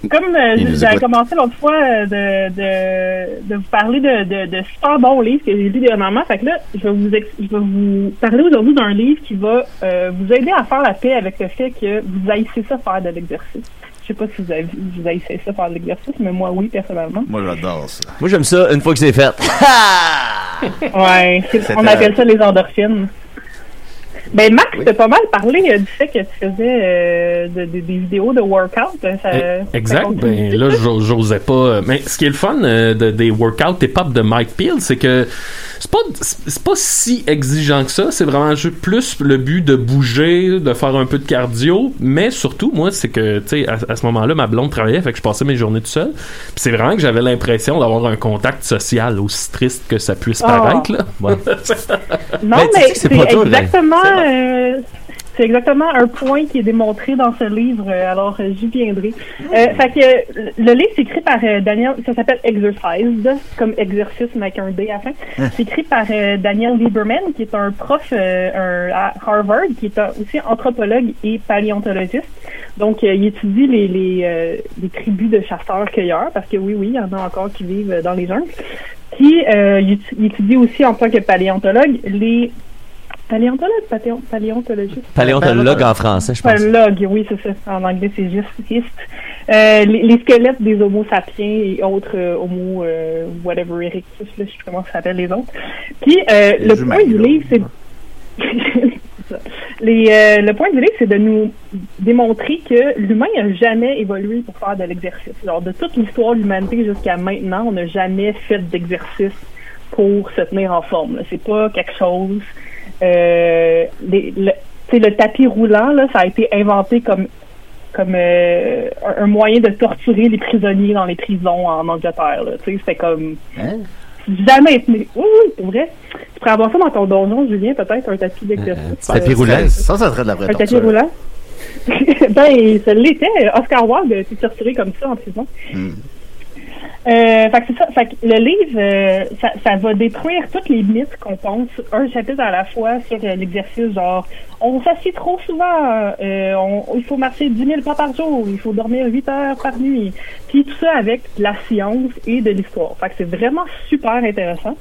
comme j'avais commencé l'autre fois de vous parler de super bons livres que j'ai lus dernièrement, fait que là, je vais vous parler aujourd'hui d'un livre qui va vous aider à faire la paix avec le fait que vous haïssez ça faire de l'exercice. Je sais pas si vous haïssez ça faire de l'exercice, mais moi, oui, personnellement. Moi, j'adore ça. Moi, j'aime ça une fois que c'est fait. Ouais, on appelle ça les endorphines. Ben Max, t'as pas mal parlé du fait que tu faisais des vidéos de workout. Exact. Ben là, j'osais pas. Mais ce qui est le fun des workouts hip-hop de Mike Peel, c'est que c'est pas si exigeant que ça. C'est vraiment juste plus le but de bouger, de faire un peu de cardio. Mais surtout, moi, c'est que, tu sais, à ce moment-là, ma blonde travaillait, fait que je passais mes journées tout seul. Puis c'est vraiment que j'avais l'impression d'avoir un contact social, aussi triste que ça puisse paraître, là. Ouais. Non, mais c'est exactement... c'est exactement un point qui est démontré dans ce livre, alors j'y viendrai. Fait que le livre c'est écrit par Daniel, ça s'appelle Exercise, comme exercice mais avec un D à la fin. C'est écrit par Daniel Lieberman, qui est un prof à Harvard, qui est aussi anthropologue et paléontologiste. Donc il étudie les tribus de chasseurs-cueilleurs, parce que oui, il y en a encore qui vivent dans les jungles. Puis il étudie aussi en tant que paléontologue les Paléontologue en français, je pense. Paléontologue, oui, c'est ça. En anglais, c'est juste. Les squelettes des Homo sapiens et autres Homo whatever erectus, là, je sais plus comment ça s'appelle les autres. Puis le point du livre, c'est le point du livre, c'est de nous démontrer que l'humain n'a jamais évolué pour faire de l'exercice. Alors, de toute l'histoire de l'humanité jusqu'à maintenant, on n'a jamais fait d'exercice pour se tenir en forme. Là. C'est pas quelque chose... le tapis roulant, là, ça a été inventé comme un moyen de torturer les prisonniers dans les prisons en Angleterre. C'était comme... Jamais... Oui, c'est vrai. Tu pourrais avoir ça dans ton donjon, Julien, peut-être, un tapis d'exercice. Tapis roulant? Ça serait de la vraie torture. Un tapis roulant? Ben, ça l'était. Oscar Wilde a été torturé comme ça en prison. Fait que c'est ça. Fait que le livre, ça va détruire toutes les mythes qu'on pense un chapitre à la fois sur l'exercice, genre on s'assied trop souvent, il faut marcher 10 000 pas par jour, il faut dormir 8 heures par nuit, puis tout ça avec de la science et de l'histoire. Fait que c'est vraiment super intéressant.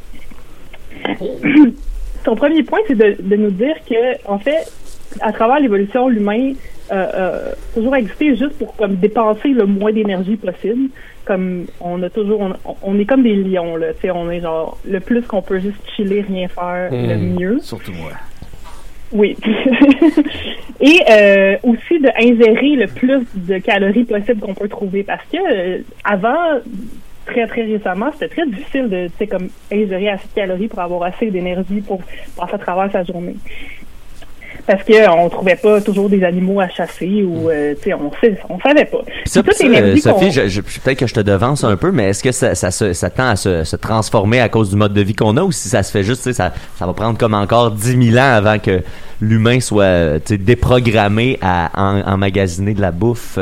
Son premier point, c'est de nous dire que, en fait, à travers l'évolution, l'humain toujours existé juste pour comme dépenser le moins d'énergie possible. Comme on est comme des lions là, tu sais, on est genre le plus qu'on peut juste chiller, rien faire, le mieux. Surtout moi. Oui. Et aussi de ingérer le plus de calories possible qu'on peut trouver, parce que avant, très très récemment, c'était très difficile de, tu sais, comme ingérer assez de calories pour avoir assez d'énergie pour passer à travers sa journée. Parce que on trouvait pas toujours des animaux à chasser ou tu sais on savait pas. Ça, Sophie, peut-être que je te devance un peu, mais est-ce que ça tend à se transformer à cause du mode de vie qu'on a, ou si ça se fait juste, tu sais, ça va prendre comme encore 10 000 ans avant que l'humain soit déprogrammé à emmagasiner de la bouffe?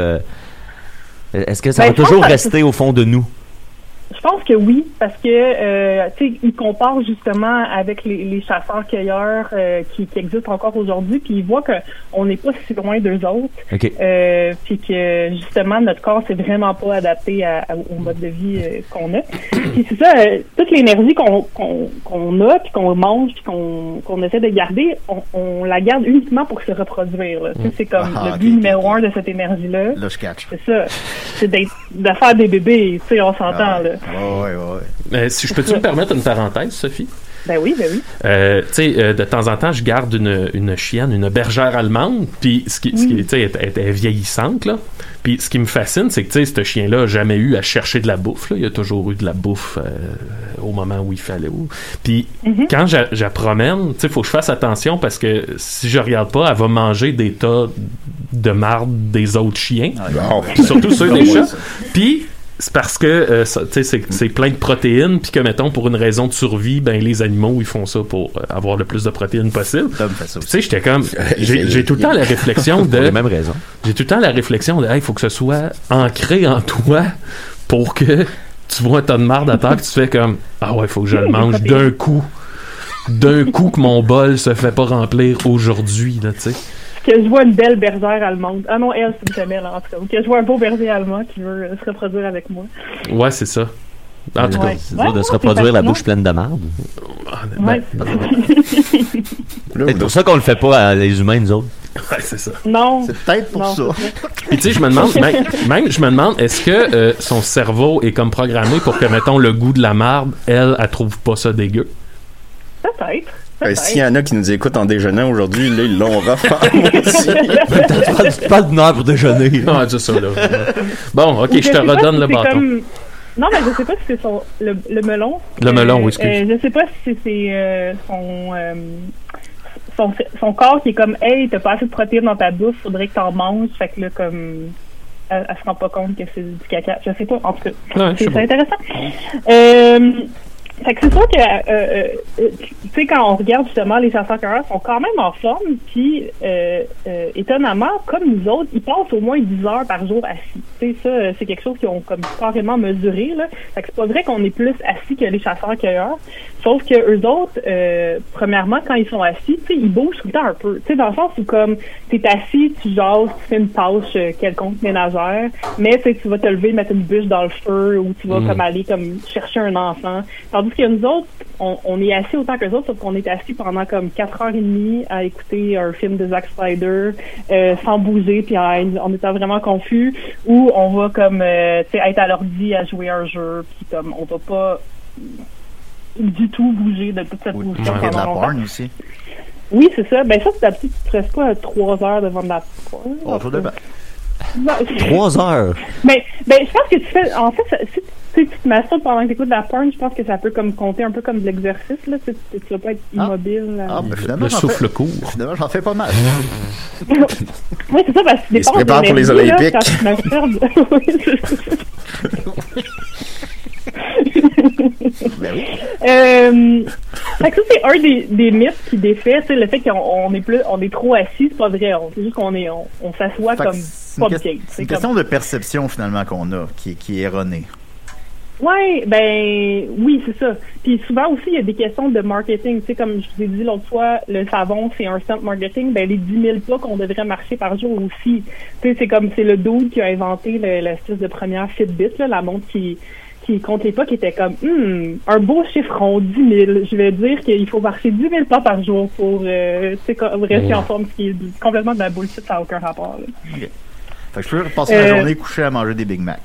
Est-ce que ça va toujours rester au fond de nous? Je pense que oui, parce que tu sais, ils comparent justement avec les chasseurs-cueilleurs qui existent encore aujourd'hui, puis ils voient que on n'est pas si loin d'eux autres, puis que justement notre corps s'est vraiment pas adapté au mode de vie qu'on a. Puis c'est ça, toute l'énergie qu'on a, puis qu'on mange, puis qu'on essaie de garder, on la garde uniquement pour se reproduire. Là. C'est comme le but numéro 1 de cette énergie-là. Là, je catch. C'est ça, c'est de faire des bébés, tu sais, on s'entend là. Ouais. Si je peux-tu me permettre une parenthèse, Sophie? Ben oui. Tu sais, de temps en temps, je garde une chienne, une bergère allemande, puis ce qui tu sais, elle est vieillissante, là. Puis ce qui me fascine, c'est que, tu sais, ce chien-là n'a jamais eu à chercher de la bouffe, là. Il a toujours eu de la bouffe au moment où il fallait. Puis quand je la promène, tu sais, il faut que je fasse attention, parce que si je regarde pas, elle va manger des tas de marde des autres chiens. Surtout ceux des chats. Puis c'est parce que c'est plein de protéines, puis que, mettons, pour une raison de survie, ben les animaux, ils font ça pour avoir le plus de protéines possible. Tu sais, j'étais comme... J'ai tout le temps la réflexion de... Pour les mêmes raisons. J'ai tout le temps la réflexion de, il faut que ce soit ancré en toi pour que tu vois un tas de marde à terre, que tu fais comme, ah ouais, il faut que je le mange d'un coup que mon bol se fait pas remplir aujourd'hui, là, tu sais. que je vois une belle bergère allemande. Ah non, elle, c'est une femelle, en tout cas. Ou que je vois un beau berger allemand qui veut se reproduire avec moi. Ouais, c'est ça. En tout cas, c'est dur de se reproduire la bouche pleine de marde. Ouais. C'est pour ça qu'on le fait pas à les humains, nous autres. Ouais, c'est ça. Non. C'est peut-être pour ça. Puis tu sais, je me demande, même je me demande, est-ce que son cerveau est comme programmé pour que, mettons, le goût de la marde, elle trouve pas ça dégueu? Peut-être. S'il y en a qui nous écoutent en déjeunant aujourd'hui, là, ils l'ont rafale aussi. Tu parles d'une heure pour déjeuner. Non, c'est ça, là. Bon, ok, je te redonne le bâton. Comme... Non, mais je sais pas si c'est le melon. Le melon, oui, excuse. Je sais pas si c'est son corps qui est comme, hey, t'as pas assez de protéines dans ta bouffe, faudrait que t'en manges. Fait que là, comme, elle se rend pas compte que c'est du caca. Je sais pas, en tout cas. Ouais, c'est intéressant. Fait que c'est sûr que, tu sais, quand on regarde justement, les chasseurs-cueilleurs sont quand même en forme, puis étonnamment, comme nous autres, ils passent au moins 10 heures par jour assis. Tu sais, ça, c'est quelque chose qu'ils ont comme carrément mesuré, là. Fait que c'est pas vrai qu'on est plus assis que les chasseurs-cueilleurs, sauf que eux autres, premièrement, quand ils sont assis, tu sais, ils bougent tout le temps un peu. Tu sais, dans le sens où comme, t'es assis, tu jases, tu fais une tâche quelconque ménagère, mais tu sais, tu vas te lever, mettre une bûche dans le feu, ou tu vas comme aller comme chercher un enfant. Tandis que nous autres, on est assis autant qu'eux autres, sauf qu'on est assis pendant comme 4h30 à écouter un film de Zack Snyder, sans bouger, puis en étant vraiment confus, ou on va comme, tu sais, être à l'ordi à jouer un jeu, puis comme, on va pas du tout bouger de toute cette position. Il y a de la porn aussi. Oui, c'est ça. Ben ça, c'est d'habitude, tu restes pas 3 heures devant de la porn. Oh, ça dépend. 3 heures? Ben, je pense que tu fais, en fait, si tu te masturbes pendant que tu écoutes de la porn, je pense que ça peut comme compter un peu comme de l'exercice, là. Tu vas pas être immobile. Ben finalement, le souffle court. Finalement, j'en fais pas mal. Oui, c'est ça, parce que tu dépenses se prépare pour les Olympiques. Là, quand tu te masturbes. Oui, c'est ça. Ben oui. Fait que ça, c'est un des mythes qui défait, c'est le fait qu'on est trop assis, c'est pas vrai. C'est juste qu'on s'assoit comme pas bien. C'est une question de perception finalement qu'on a, qui est erronée. Ouais, ben oui, c'est ça. Puis souvent aussi, il y a des questions de marketing. Tu sais, comme je vous ai dit l'autre fois, le savon, c'est un stunt marketing. Ben les 10 000 pas qu'on devrait marcher par jour aussi. Tu sais, c'est le dude qui a inventé l'espèce de première Fitbit, là, la montre qui compte les pas, qui était comme un beau chiffre rond, 10 000. Je vais dire qu'il faut marcher 10 000 pas par jour pour rester en forme, ce qui est complètement de la bullshit, ça n'a aucun rapport. Là. Okay. Fait que je peux passer la journée couchée à manger des Big Mac.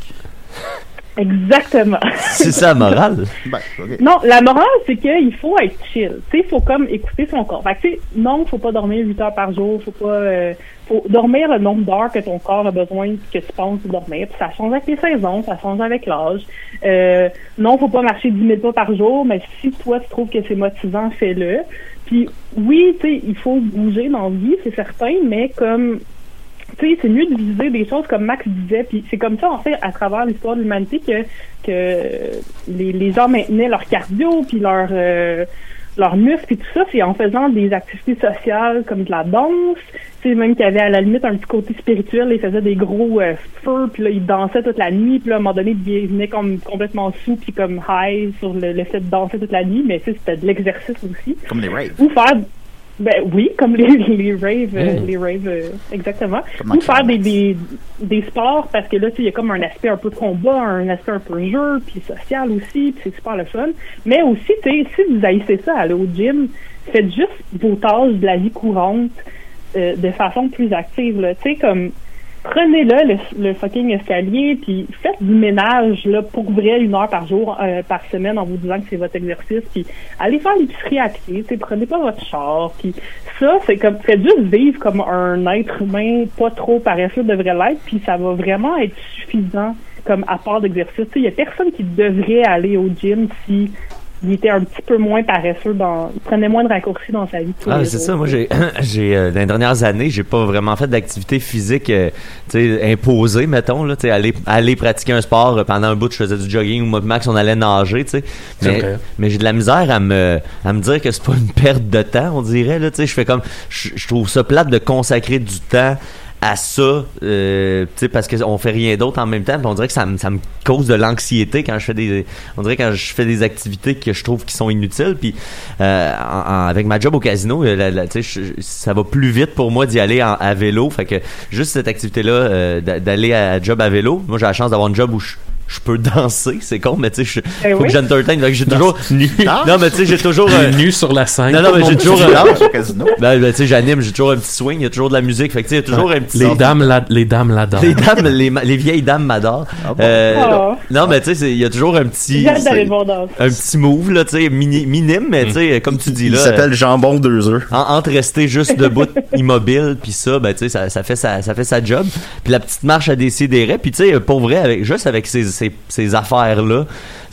Exactement. C'est ça la morale? Ben, okay. Non, la morale, c'est qu'il faut être chill. Tu sais, il faut comme écouter son corps. Fait que, tu sais, non, faut pas dormir 8 heures par jour. Faut dormir le nombre d'heures que ton corps a besoin que tu penses dormir. Puis ça change avec les saisons, ça change avec l'âge. Non, faut pas marcher 10 000 pas par jour, mais si toi, tu trouves que c'est motivant, fais-le. Puis oui, tu sais, il faut bouger dans la vie, c'est certain, mais comme... Tu sais, c'est mieux de viser des choses comme Max disait, puis c'est comme ça, en fait, à travers l'histoire de l'humanité que les gens maintenaient leur cardio, puis leur muscles, puis tout ça, c'est en faisant des activités sociales comme de la danse, tu sais, même qu'il y avait à la limite un petit côté spirituel, ils faisaient des gros feux, puis là, ils dansaient toute la nuit, puis là, à un moment donné, ils venaient comme complètement sous, puis comme high sur le fait de danser toute la nuit, mais tu sais, c'était de l'exercice aussi. Comme les raves. Ou faire... Ben oui, comme les raves, exactement. Ou faire des sports, parce que là, tu sais, il y a comme un aspect un peu de combat, un aspect un peu jeu, puis social aussi, puis c'est super le fun. Mais aussi, tu sais, si vous haïssez ça, aller au gym, faites juste vos tâches de la vie courante de façon plus active, là. Tu sais, comme, prenez-le, le fucking escalier, puis faites du ménage, là, pour vrai, 1 heure par jour, par semaine, en vous disant que c'est votre exercice, puis allez faire l'épicerie à pied, tu sais, prenez pas votre char, puis ça, c'est comme, faites juste vivre comme un être humain pas trop paresseux devrait l'être, puis ça va vraiment être suffisant comme apport d'exercice. Tu sais, il y a personne qui devrait aller au gym si il était un petit peu moins paresseux, il prenait moins de raccourcis dans sa vie. C'est ça. Moi, j'ai dans les dernières années, j'ai pas vraiment fait d'activité physique, imposée, mettons, là, aller pratiquer un sport. Pendant un bout, je faisais du jogging, ou moi, Max, on allait nager, tu sais. Mais j'ai de la misère à me dire que c'est pas une perte de temps, on dirait, là, tu sais. Je fais comme, je trouve ça plate de consacrer du temps à ça, tu sais, parce qu'on fait rien d'autre en même temps, puis on dirait que ça me cause de l'anxiété quand je fais des activités que je trouve qui sont inutiles, puis avec ma job au casino, tu sais, ça va plus vite pour moi d'y aller à vélo, fait que juste cette activité-là, d'aller à job à vélo, moi j'ai la chance d'avoir un job où je peux danser, c'est con, mais tu sais, faut que j'entertain, donc j'ai toujours non, mais tu sais, j'ai toujours nu sur la scène. Non, mais j'ai toujours au casino. Ben, tu sais, j'anime, j'ai toujours un petit swing, il y a toujours de la musique, fait que tu sais, il y a toujours un petit les dames l'adorent. Les vieilles dames m'adorent. Non, mais tu sais, il y a toujours un petit move là, tu sais, minime, mais tu sais, comme tu dis là, il s'appelle jambon 2 œufs. Entre rester juste debout immobile puis ça, ben tu sais, ça fait sa job, puis la petite marche à décider, puis tu sais, pour vrai, avec ces affaires-là,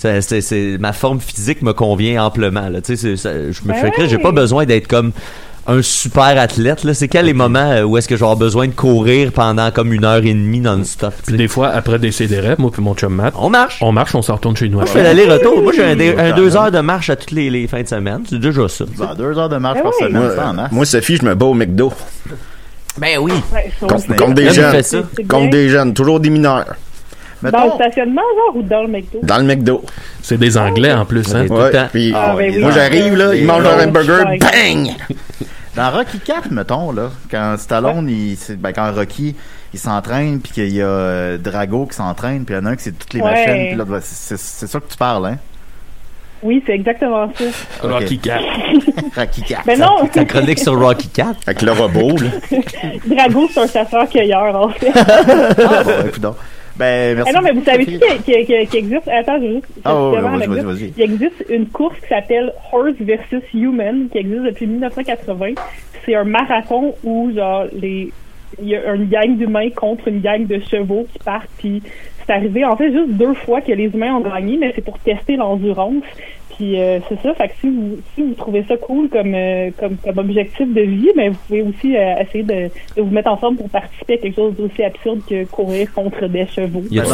ma forme physique me convient amplement. Là. Tu sais, je me fais que j'ai pas besoin d'être comme un super athlète. Là. C'est quand les moments où est-ce que je vais avoir besoin de courir pendant comme 1h30 non-stop. Puis des fois, après des CDR, moi puis mon chum Matt, on marche, on s'en retourne chez nous. Moi, je fais l'aller-retour. Moi, j'ai un 2 heures de marche à toutes les fins de semaine. C'est déjà ça. 2 heures de marche par semaine, c'est en masse. Moi, Sophie, je me bats au McDo. Ben oui. Contre des jeunes. Contre des jeunes. Toujours des mineurs. Dans le stationnement, genre, ou dans le McDo? Dans le McDo. C'est des Anglais, en plus, hein? Ouais, puis moi, j'arrive, là, ils mangent leur hamburger, bang! Dans Rocky 4, mettons, là, quand Stallone, quand Rocky, il s'entraîne, puis qu'il y a Drago qui s'entraîne, puis il y en a un qui c'est toutes les machines, puis là, c'est ça que tu parles, hein? Oui, c'est exactement ça. Okay. Rocky 4. Rocky 4. Mais non! Ta chronique sur Rocky 4? Avec le robot, là. Drago, c'est un chasseur-cueilleur, en fait. Écoute. Ben, merci. Non, mais vous savez qu'il existe. Attends, je veux juste. Vas-y. Il existe une course qui s'appelle Horse versus Human, qui existe depuis 1980. C'est un marathon où, genre, il y a une gang d'humains contre une gang de chevaux qui partent, puis c'est arrivé, en fait, juste 2 fois que les humains ont gagné, mais c'est pour tester l'endurance. Puis c'est ça, fait que si vous trouvez ça cool comme objectif de vie, mais vous pouvez aussi essayer de vous mettre ensemble pour participer à quelque chose d'aussi absurde que courir contre des chevaux. Y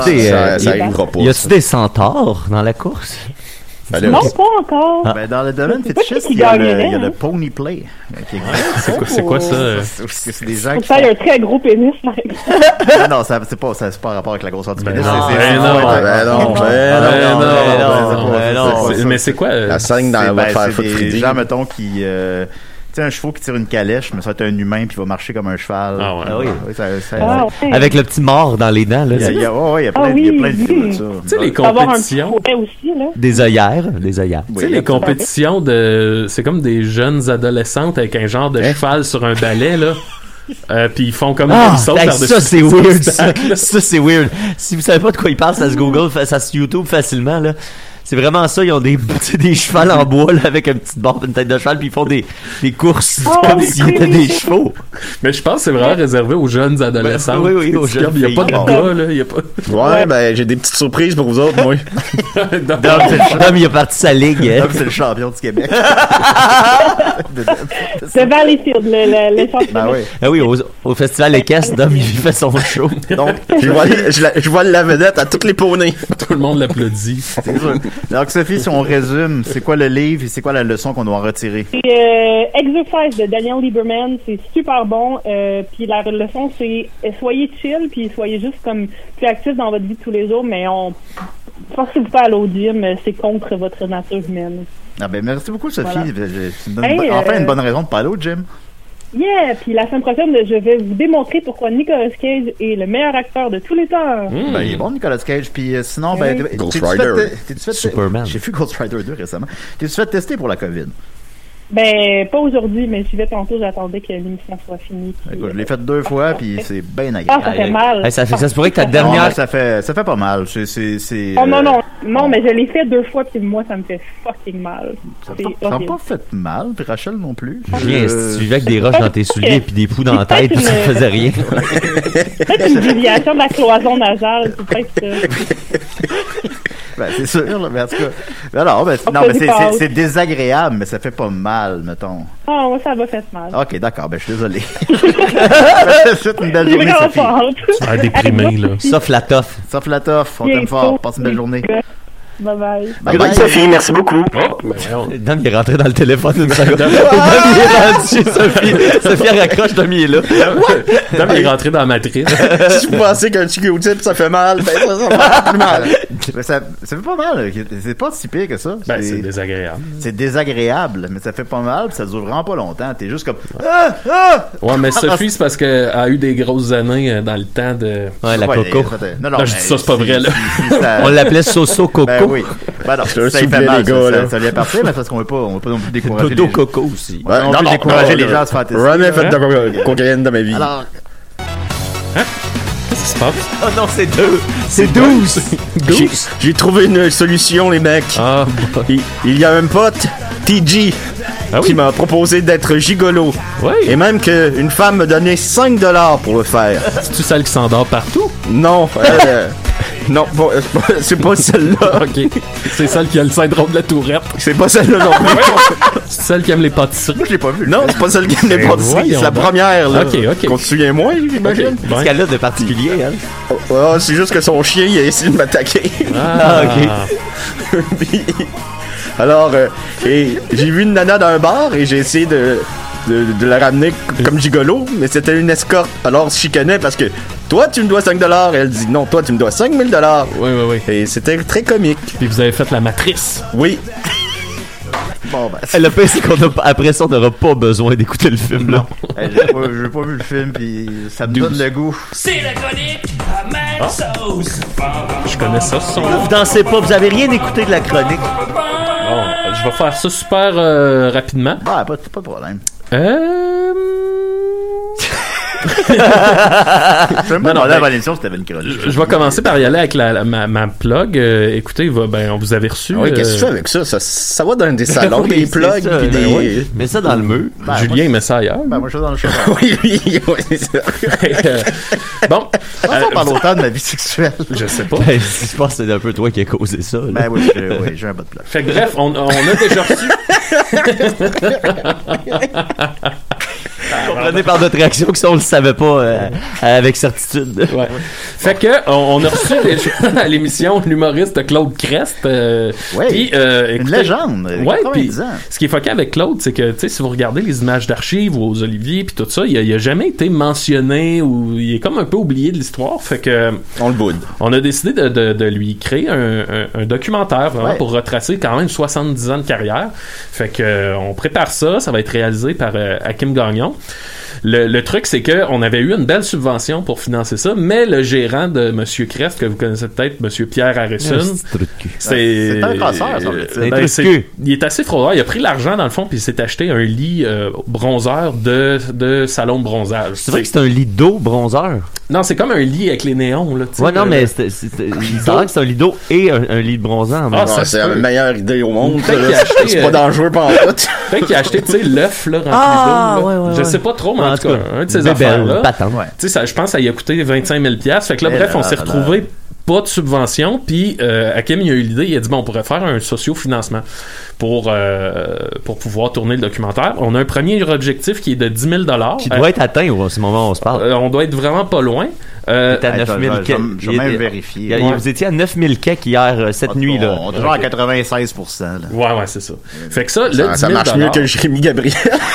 a-tu des centaures dans la course? Non, pas encore. Ben, dans le domaine fétichiste, il y a le pony play qui existe. C'est quoi ça? C'est des gens qui font... un très gros pénis. Non, c'est pas rapport avec la grosseur du pénis. Non. Mais c'est quoi? La scène dans votre faire foot c'est des gens, mettons, qui... tu sais, un cheval qui tire une calèche, mais ça va être un humain puis il va marcher comme un cheval. Ah ouais. Oui. Avec le petit mort dans les dents, là. Il y a plein de vidéos de ça. Tu sais, les compétitions. Aussi, là. Des œillères. Tu sais, les compétitions c'est comme des jeunes adolescentes avec un genre de cheval sur un balai, là. Puis ils font comme ils sautent par-dessus. Ça, c'est weird. Ça, c'est weird. Si vous savez pas de quoi ils parlent, ça se Google, ça se YouTube facilement, là. C'est vraiment ça, ils ont des chevals en bois là, avec une petite barbe, une tête de cheval, puis ils font des courses comme s'ils étaient des chevaux. Mais je pense que c'est vraiment réservé aux jeunes adolescents. Oui, aux jeunes. Il n'y a pas de gars, là. Y a pas... Ouais, ben j'ai des petites surprises pour vous autres, moi. Dom, il a parti sa ligue. Dom, c'est le champion du Québec. C'est Valleyfield, le champion. Ben oui. Ah oui, au festival équestre, Dom, il fait son show. Donc, je vois la vedette à toutes les poneys. Tout le monde l'applaudit. C'est sûr. Donc, Sophie, si on résume, c'est quoi le livre et c'est quoi la leçon qu'on doit en retirer? C'est Exercise de Daniel Lieberman. C'est super bon. Puis la leçon, c'est soyez chill, puis soyez juste comme plus actif dans votre vie de tous les jours, mais forcez-vous pas à aller au gym, c'est contre votre nature humaine. Ah ben merci beaucoup, Sophie. Voilà. Enfin une bonne raison de pas aller au gym. Yeah! Puis la semaine prochaine, je vais vous démontrer pourquoi Nicolas Cage est le meilleur acteur de tous les temps. Ben, il est bon, Nicolas Cage. Puis sinon, Ghost Rider. Superman. J'ai vu Ghost Rider 2 récemment. T'es-tu fait tester pour la COVID? Ben, pas aujourd'hui, mais j'y vais tantôt. J'attendais que l'émission soit finie. Écoute, je l'ai fait 2 fois, puis c'est bien agréable. Ça fait mal. Ça se pourrait que ta dernière... Non, ça fait pas mal. Oh non, mais je l'ai fait 2 fois, puis moi, ça me fait fucking mal. Ça n'a pas fait mal, puis Rachel non plus. Rien, si tu vivais avec des roches dans tes souliers puis des poux dans la tête, ça faisait rien. Peut-être une déviation de la cloison nasale, c'est peut-être ça. Ben, c'est sûr, là, mais en tout cas. Alors, mais c'est désagréable, mais ça fait pas mal, mettons. Ah, moi, ça m'a fait mal. Ok, d'accord, ben, je suis désolé. Je te souhaite une belle journée, Sophie. Tu vas déprimé, là. Sauf la toffe. On t'aime fort. Passe une belle journée. Bye-bye. Bye, Sophie, merci beaucoup. Dom, il est rentré dans le téléphone une seconde. Dom, il est rendu chez Sophie. Sophie, elle raccroche, Dom, il est là. Dom, il est rentré dans la matrice. Si vous pensez qu'un Q-tip, ça fait mal, ben ça fait plus mal. Ça fait pas mal. C'est pas si pire que ça. Ben, c'est désagréable. C'est désagréable, mais ça fait pas mal, puis ça dure vraiment pas longtemps. T'es juste comme... Ouais, mais Sophie, c'est parce qu'elle a eu des grosses années dans le temps de... Ouais, la coco. Non, je dis ça, c'est pas vrai, là. On l'appelait Soso Coco. Ben oui. Ben non, ça fait mal, ça lui appartient, mais parce qu'on veut pas non plus décourager Dodo Coco aussi. On veut pas décourager les gens à se faire tester. Jamais fait de cocaïne dans ma vie. Alors... Qu'est-ce qui se passe? Oh non, c'est 2. C'est 12. J'ai trouvé une solution, les mecs. Il y a un pote, TG, qui m'a proposé d'être gigolo. Oui. Et même qu'une femme me donnait $5 pour le faire. C'est-tu celle qui s'endort partout? Non. Non, bon, c'est pas celle-là. OK. C'est celle qui a le syndrome de la tourette. C'est pas celle-là non plus. C'est celle qui aime les pâtisseries. Moi, je l'ai pas vu. Non, c'est pas celle qui aime les pâtisseries. C'est la première, là. OK. Qu'on te souvient moins, j'imagine. Qu'est-ce qu'elle a de particulier, elle? Oh, c'est juste que son chien, il a essayé de m'attaquer. OK. Puis, alors, et j'ai vu une nana dans un bar et j'ai essayé de la ramener comme gigolo, mais c'était une escorte. Alors, on se chicanait parce que toi, tu me dois $5. Et elle dit non, toi, tu me dois $5,000. Oui. Et c'était très comique. Puis vous avez fait la matrice. Oui. Bon, ben, Le pire, c'est qu'après ça, on n'aura pas besoin d'écouter le film, là. J'ai pas vu le film, puis ça me donne le goût. C'est la chronique à même sauce. Je connais ça, ce son-là. Vous dansez pas, vous avez rien écouté de la chronique. Bon, je vais faire ça super rapidement. Bah, pas de problème. Je vais commencer par y aller avec ma plug. Écoutez, on vous avait reçu. Oui, qu'est-ce que tu fais avec ça? Ça va dans des salons, des plugs, ça, puis des... Mets ça dans le mur. Julien, il met ça ailleurs. Ben, moi, je suis dans le show. oui, c'est ça. Bon. On parle autant de ma vie sexuelle. Je sais pas. Ben, je pense que c'est un peu toi qui as causé ça. Là. Ben oui, j'ai un bas de plug. Fait que bref, on a déjà reçu. Comprenez par notre réaction que ça, on le savait pas avec certitude. Ouais. Fait que on a reçu déjà à l'émission l'humoriste Claude Crest. Oui. Une légende. Ouais. Puis ce qui est fucké avec Claude, c'est que tu sais, si vous regardez les images d'archives ou aux Olivier puis tout ça, il a jamais été mentionné ou il est comme un peu oublié de l'histoire. Fait que on le boude. On a décidé de lui créer un documentaire vraiment pour retracer quand même 70 ans de carrière. Fait que on prépare ça va être réalisé par Hakim Gagnon. Le truc, c'est qu'on avait eu une belle subvention pour financer ça, mais le gérant de Monsieur Crest, que vous connaissez peut-être, Monsieur Pierre Harrison, c'est un casseur, semble-t-il. Il est assez fraudeur. Il a pris l'argent, dans le fond, puis il s'est acheté un lit bronzeur de salon de bronzage. C'est vrai que c'est un lit d'eau bronzeur? Non, c'est comme un lit avec les néons, là. Ouais, non, mais il semble que c'est un lit d'eau et un lit de bronzant. C'est la meilleure idée au monde. C'est pas dangereux pendant tout. Peut-être qu'il a acheté, tu sais, l'œuf, là, rempli d'eau. Je sais pas trop, mais en tout cas, un de ces affaires-là. Tu sais, je pense que ça y a coûté 25 000 $. Fait que là, bref, on s'est retrouvé pas de subvention, puis Hakim, il a eu l'idée, il a dit, bon, on pourrait faire un socio-financement pour pouvoir tourner le documentaire. On a un premier objectif qui est de 10 000 $. Qui doit être atteint au ce moment où on se parle. On doit être vraiment pas loin. À 9 000 je vais même vérifier. Vous étiez à 9 000 quelques hier, cette nuit, là. On est toujours à 96 %. Ouais, c'est ça. Fait que ça, ça marche mieux que Jérémy Gabriel.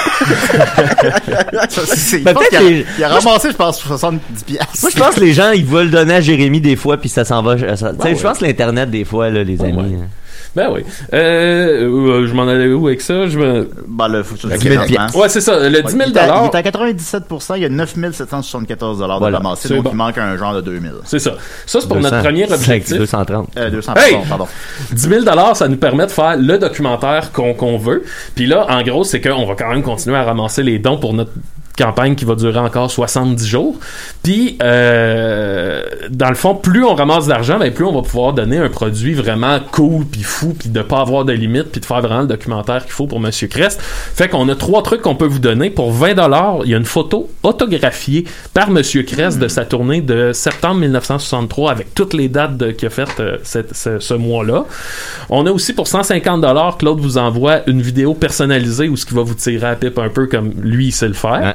Il a ramassé, je pense, 70 $. Moi, je pense que les gens, ils veulent donner à Jérémy des fois, puis ça s'en va. Je pense que l'Internet, des fois, là, les amis. Ben oui. Je m'en allais où avec ça? Le 10 000 $. Ouais, c'est ça. Le 10 000 $. Il est à 97 %. Il y a 9 774 $ de ramassé. Donc, il manque un genre de 2 000. C'est ça. Ça, c'est pour notre premier objectif. 230. 200, pardon. 10 000 $, ça nous permet de faire le documentaire qu'on veut. Puis là, en gros, c'est qu'on va quand même continuer à ramasser les dons pour notre campagne qui va durer encore 70 jours. Puis, dans le fond, plus on ramasse d'argent, ben plus on va pouvoir donner un produit vraiment cool, puis fou, puis de pas avoir de limite, puis de faire vraiment le documentaire qu'il faut pour Monsieur Crest. Fait qu'on a 3 trucs qu'on peut vous donner. Pour 20 $, il y a une photo autographiée par Monsieur Crest de sa tournée de septembre 1963 avec toutes les dates qu'il a faites ce mois-là. On a aussi pour 150 $, Claude vous envoie une vidéo personnalisée où ce qui va vous tirer à la pipe un peu comme lui, il sait le faire.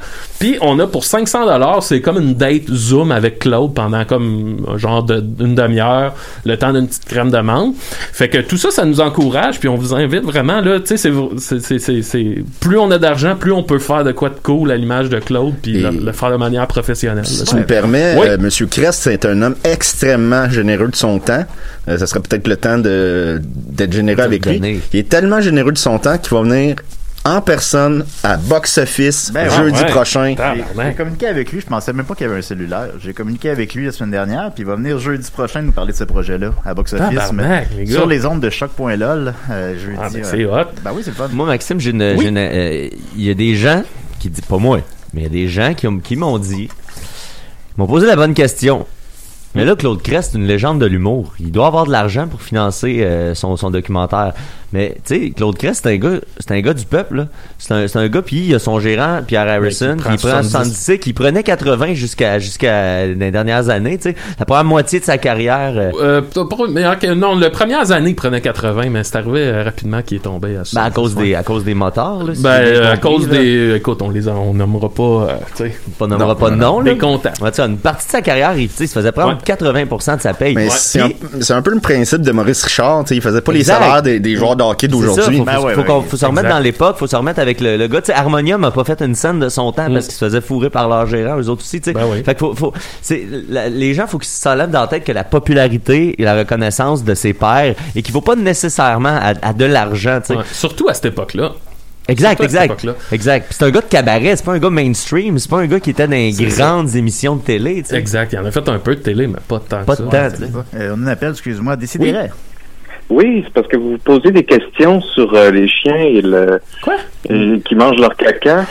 Puis on a pour 500$, c'est comme une date Zoom avec Claude pendant comme genre d'une demi-heure, le temps d'une petite crème de menthe. Fait que tout ça, ça nous encourage, puis on vous invite vraiment, là, tu sais, c'est plus on a d'argent, plus on peut faire de quoi de cool à l'image de Claude, puis le faire de manière professionnelle. Si tu me permets, Monsieur Crest, c'est un homme extrêmement généreux de son temps. Ça serait peut-être le temps d'être généreux avec lui. Il est tellement généreux de son temps qu'il va venir en personne à Box Office jeudi prochain. J'ai communiqué avec lui, je pensais même pas qu'il y avait un cellulaire. J'ai communiqué avec lui la semaine dernière, puis il va venir jeudi prochain nous parler de ce projet-là à Box Office, sur les ondes de choc.lol. Jeudi. C'est hot. Ben oui, c'est le fun. Moi, Maxime, il y a des gens qui disent, pas moi, mais il y a des gens qui m'ont posé la bonne question. Mais là, Claude Crest, c'est une légende de l'humour. Il doit avoir de l'argent pour financer son documentaire. Mais, tu sais, Claude Crest, c'est un gars du peuple, là. C'est un gars, puis il a son gérant, Pierre Harrison, qui prend 70, qui prenait 80 jusqu'à les dernières années, tu sais. La première moitié de sa carrière. Non, les premières années, il prenait 80, mais c'est arrivé rapidement qu'il est tombé à ça. À cause des moteurs, là. À cause des. Écoute, on nommera pas, tu sais. On nommera pas de nom, là. Des contents. Ouais, une partie de sa carrière, il se faisait prendre 80% de sa paye. Mais c'est un peu le principe de Maurice Richard, tu sais. Il faisait pas les salaires des joueurs de hockey d'aujourd'hui. Faut se remettre dans l'époque, faut se remettre avec le gars. Tu sais, Harmonium a pas fait une scène de son temps parce qu'il se faisait fourrer par leur gérant, eux autres aussi. Tu sais, fait que les gens, faut qu'ils s'enlèvent dans la tête que la popularité et la reconnaissance de ses pairs et qu'il faut pas nécessairement à de l'argent. Tu sais, surtout à cette époque-là. Exact. Puis c'est un gars de cabaret, c'est pas un gars mainstream, c'est pas un gars qui était dans les grandes émissions de télé. Tu sais. Exact, il en a fait un peu de télé, mais pas tant que ça. On appelle, excuse-moi, Décidérez. Oui, c'est parce que vous posez des questions sur les chiens et qui mangent leur caca.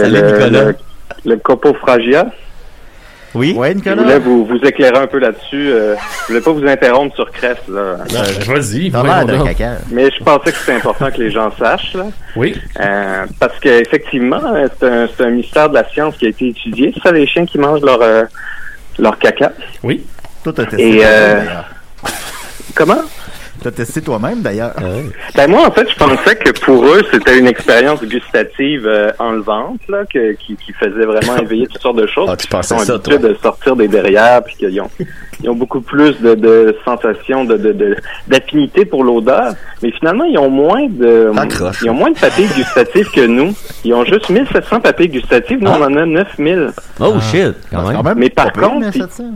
Le coprophagia. Oui, Nicolas. Je voulais vous éclairer un peu là-dessus. Je voulais pas vous interrompre sur Crest, là. Vas-y. Mais je pensais que c'était important que les gens sachent, là. Oui. Parce que effectivement, c'est un mystère de la science qui a été étudié. C'est ça, les chiens qui mangent leur caca. Oui. Toi, t'as testé Comment? T'as testé toi-même, d'ailleurs. Ben moi, en fait, je pensais que pour eux, c'était une expérience gustative enlevante, là, qui faisait vraiment éveiller toutes sortes de choses. Tu pensais ils ont ça, toi? de sortir des derrières, puis qu'ils ont beaucoup plus de sensations d'affinité pour l'odeur. Mais finalement, ils ont moins de papilles gustatives que nous. Ils ont juste 1700 papilles gustatives. Nous, on en a 9000. Oh shit, quand même. Mais par contre...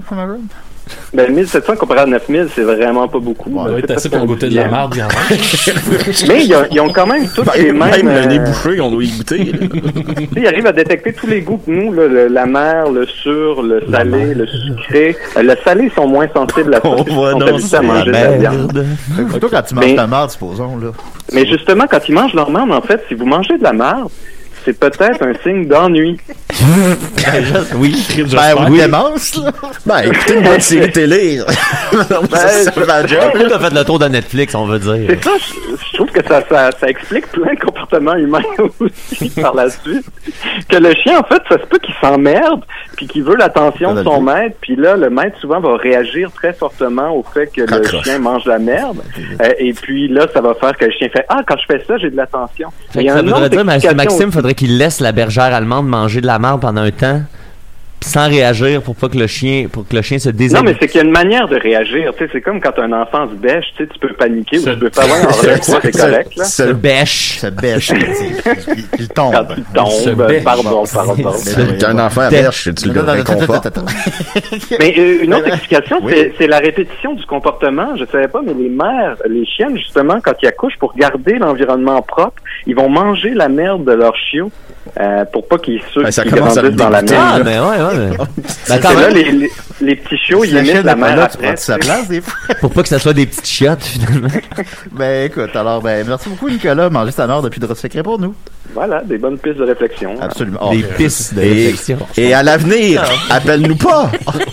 1700 comparé à 9000, c'est vraiment pas beaucoup. C'est assez pour goûter de la marde, bien. Mais ils ont quand même tous les mêmes... Même le nez bouché, on doit y goûter. Ils arrivent à détecter tous les goûts que nous, la mer, le sûr, le salé, le sucré. Le salé, ils sont moins sensibles à ça. Ils sont habitués à manger de la viande. Toi, quand tu manges ta marde, supposons, là. Mais justement, quand ils mangent leur marde, en fait, si vous mangez de la marde, c'est peut-être un signe d'ennui. Oui, démence, là. Écoutez une bonne série télé. T'as fait le tour de Netflix, on veut dire. C'est ça, je trouve que ça explique plein de comportements humains aussi par la suite. Que le chien, en fait, ça se peut qu'il s'emmerde, puis qu'il veut l'attention de son maître, puis là, le maître souvent va réagir très fortement au fait que le chien mange la merde, et puis là, ça va faire que le chien fait « Ah, quand je fais ça, j'ai de l'attention ». Ça voudrait dire, Maxime, faudrait qu'il laisse la bergère allemande manger de la marde pendant un temps sans réagir pour que le chien se déshabitue. Non, mais c'est qu'il y a une manière de réagir. Tu sais, c'est comme quand un enfant se bêche, tu sais, tu peux paniquer ou tu peux pas avoir c'est correct, là. Se bêche. Il tombe. Quand il tombe, pardon. Quand un enfant bêche, tu le réconfortes. Mais une autre explication, c'est la répétition du comportement. Je savais pas, mais les mères, les chiennes, justement, quand ils accouchent, pour garder l'environnement propre, ils vont manger la merde de leurs chiots. Pour pas qu'ils grandissent dans la merde. Ah, mais ouais. Là, les petits chiots, ils émettent la merde après. Sa place, des fois. Pour pas que ça soit des petites chiottes, finalement. Écoute, alors, merci beaucoup, Nicolas. Manger sa merde depuis de secret pour nous. Voilà, des bonnes pistes de réflexion. Absolument. Des pistes de réflexion. Et à l'avenir, appelle-nous pas.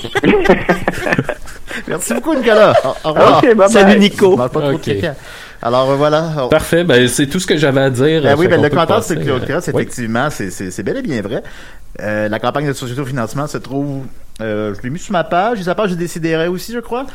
Merci beaucoup, Nicolas. Au revoir. Okay, salut, Nico. Alors voilà. Parfait, c'est tout ce que j'avais à dire. Le commentaire c'est Claude Crest, effectivement, c'est bel et bien vrai. La campagne de société au financement se trouve, je l'ai mis sur ma page, sa page de Décidérez aussi, je crois.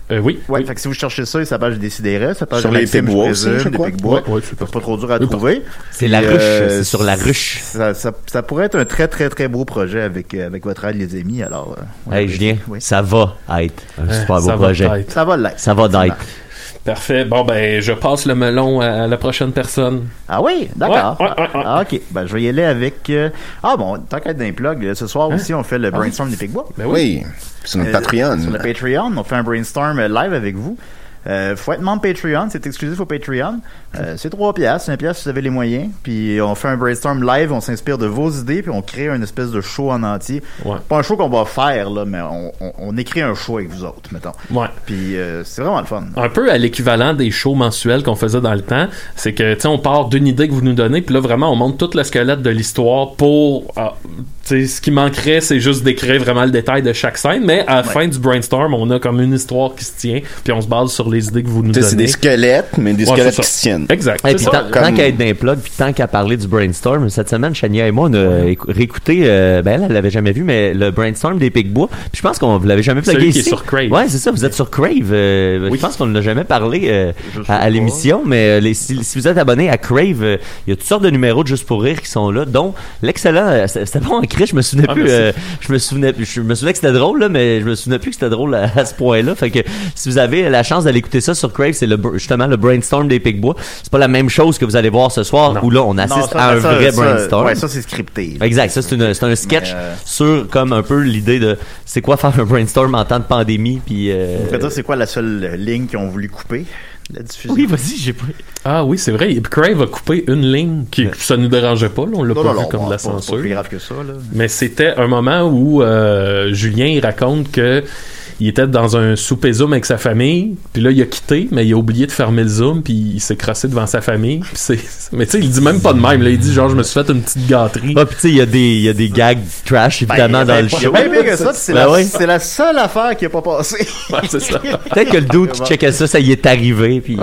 Oui. Ouais, fait que si vous cherchez ça, ça s'appelle Décideret, ça s'appelle sur les Picbois aussi, je crois. C'est pas trop dur à trouver. C'est la ruche, c'est sur la ruche. Ça pourrait être un très très très beau projet avec votre aide, les amis. Alors, hey Julien, ça va être un super beau projet. Ça va l'être. Ça va d'être. Parfait. Bon, ben, je passe le melon à la prochaine personne. Ah oui? D'accord. Ouais. Ah, OK. Ben, je vais y aller avec... Ah bon, tant qu'à être d'un plug, ce soir aussi, on fait le brainstorm des Picbois. Ben oui. Sur notre Patreon. Sur le Patreon, on fait un brainstorm live avec vous. Faut être membre Patreon, c'est exclusif au Patreon. C'est 3$, 1$ si vous avez les moyens. Puis on fait un brainstorm live, on s'inspire de vos idées, puis on crée une espèce de show en entier. Ouais. Pas un show qu'on va faire, là, mais on écrit un show avec vous autres, mettons. Ouais. Puis c'est vraiment le fun. Un peu à l'équivalent des shows mensuels qu'on faisait dans le temps, c'est que, tu sais, on part d'une idée que vous nous donnez, puis là, vraiment, on monte tout le squelette de l'histoire pour... tu sais, ce qui manquerait, c'est juste d'écrire vraiment le détail de chaque scène, mais à la fin du brainstorm, on a comme une histoire qui se tient, puis on se base sur les idées que vous nous donnez. C'est des squelettes, mais des squelettes qui se tiennent. Exact. Et puis tant qu'à être d'un plug, puis tant qu'à parler du brainstorm, cette semaine, Chania et moi, on a réécouté, elle l'avait jamais vu, mais le brainstorm des Picbois. Puis je pense qu'on vous l'avait jamais plugué ici. Celui qui est sur Crave. Ouais, c'est ça, vous êtes sur Crave. Je pense qu'on ne l'a jamais parlé à l'émission, mais si vous êtes abonné à Crave, il y a toutes sortes de numéros de Juste pour rire qui sont là, dont l'excellent, c'était bon en cri, je me souvenais plus, je me souvenais que c'était drôle, là, mais je me souvenais plus que c'était drôle à ce point-là. Fait que si vous avez la chance d'aller écouter ça sur Crave, c'est justement le brainstorm des Picbois. C'est pas la même chose que vous allez voir ce soir, où là on assiste à un vrai brainstorm. Ouais, ça c'est scripté. Là. Exact, ça c'est un sketch sur comme un peu l'idée de c'est quoi faire un brainstorm en temps de pandémie, puis. On peut dire c'est quoi la seule ligne qu'ils ont voulu couper. La diffusion. Oui, vas-y, j'ai pas. Ah oui, c'est vrai. Crave a coupé une ligne qui ça nous dérangeait pas. Là, on l'a pas vu comme de la censure. C'est pas plus grave que ça. Là. Mais c'était un moment où Julien il raconte que il était dans un souper Zoom avec sa famille, puis là il a quitté, mais il a oublié de fermer le Zoom, puis il s'est crassé devant sa famille. Mais tu sais, il dit même pas de même. Là, il dit genre je me suis fait une petite gâterie. Ah, puis tu sais, il y a des gags trash évidemment dans le show. Il y a bien que ça, c'est la seule affaire qui a pas passé. Ouais, c'est ça. Peut-être que le dude qui checkait ça y est arrivé, puis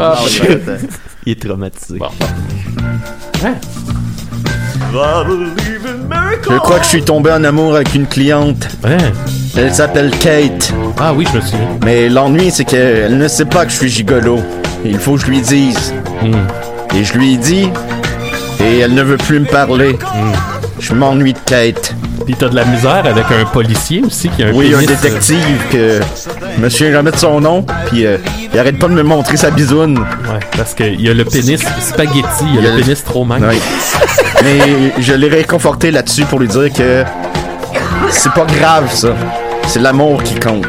il est traumatisé. Bon. Je crois que je suis tombé en amour avec une cliente. Elle s'appelle Kate. Ah oui, je me souviens. Mais l'ennui, c'est qu'elle ne sait pas que je suis gigolo. Il faut que je lui dise. Et je lui dis, et elle ne veut plus me parler. Je m'ennuie de Kate. Puis t'as de la misère avec un policier aussi qui a un Oui, pénis, un détective que je me souviens jamais de son nom. Puis il arrête pas de me montrer sa bisoune. Ouais, parce qu'il y a le pénis spaghetti, il y a le pénis trop mince. Ouais. Mais je l'ai réconforté là-dessus pour lui dire que c'est pas grave ça. C'est l'amour qui compte.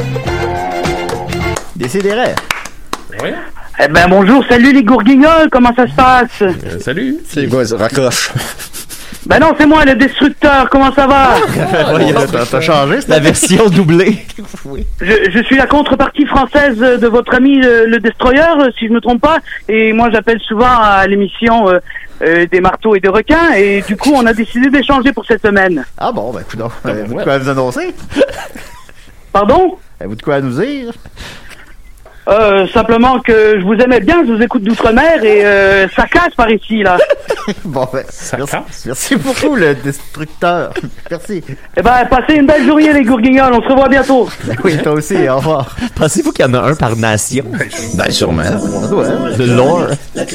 Décidérez. Ouais. Eh ben bonjour, salut les gourguignols, comment ça se passe? Salut. C'est quoi, raccroche. Ben non, c'est moi le destructeur, comment ça va? T'as changé, la version doublée. Oui. Je suis la contrepartie française de votre ami le Destroyer, si je me trompe pas, et moi j'appelle souvent à l'émission des marteaux et des requins, et du coup on a décidé d'échanger pour cette semaine. Ah bon, ben écoute, vous de quoi vous annoncer? Pardon? Avez-vous de quoi nous dire? Simplement que je vous aimais bien, je vous écoute d'outre-mer et ça casse par ici là. Bon ben, merci beaucoup le destructeur. Merci. Eh ben passez une belle journée les gourguignols, on se revoit bientôt. Oui, toi aussi, au revoir. Pensez-vous qu'il y en a un par nation? Ben sûrement. Ouais. De lore.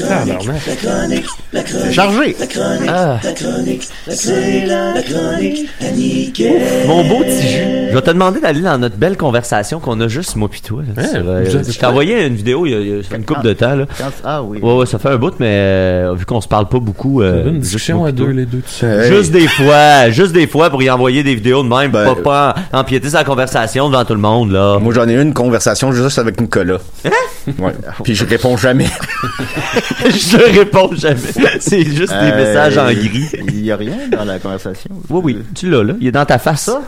C'est chargé. Mon beau petit jus. Je vais te demander d'aller dans notre belle conversation qu'on a juste moi pis toi. Là, je t'ai envoyé une vidéo il y a une couple de temps. Là. Ah oui. Ouais, ça fait un bout, mais vu qu'on se parle pas beaucoup. Une discussion à deux, les deux. Juste des fois pour y envoyer des vidéos de même, pas empiéter sa conversation devant tout le monde. Là. Moi j'en ai une conversation juste avec Nicolas. Ouais. Puis je réponds jamais. Je réponds jamais. C'est juste des messages en gris. Il y a rien dans la conversation. Oui, tu l'as là. Il est dans ta face. Ça?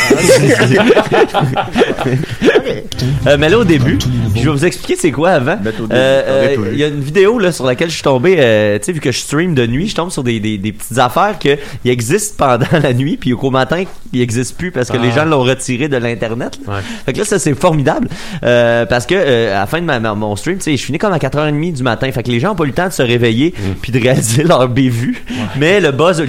Mais là au début, je vais vous expliquer c'est quoi avant. Il y a une vidéo là sur laquelle je suis tombé. Tu sais, vu que je stream de nuit, je tombe sur des petites affaires qui existent pendant la nuit, puis au matin ils n'existent plus parce que les gens l'ont retiré de l'internet. Là. Ouais. Fait que là ça c'est formidable parce que à la fin de mon stream, tu sais, je finis comme à 4h30 du matin. Fait que les gens ont pas eu le temps de se réveiller puis de réaliser leur bévue. Ouais. Mais le buzz,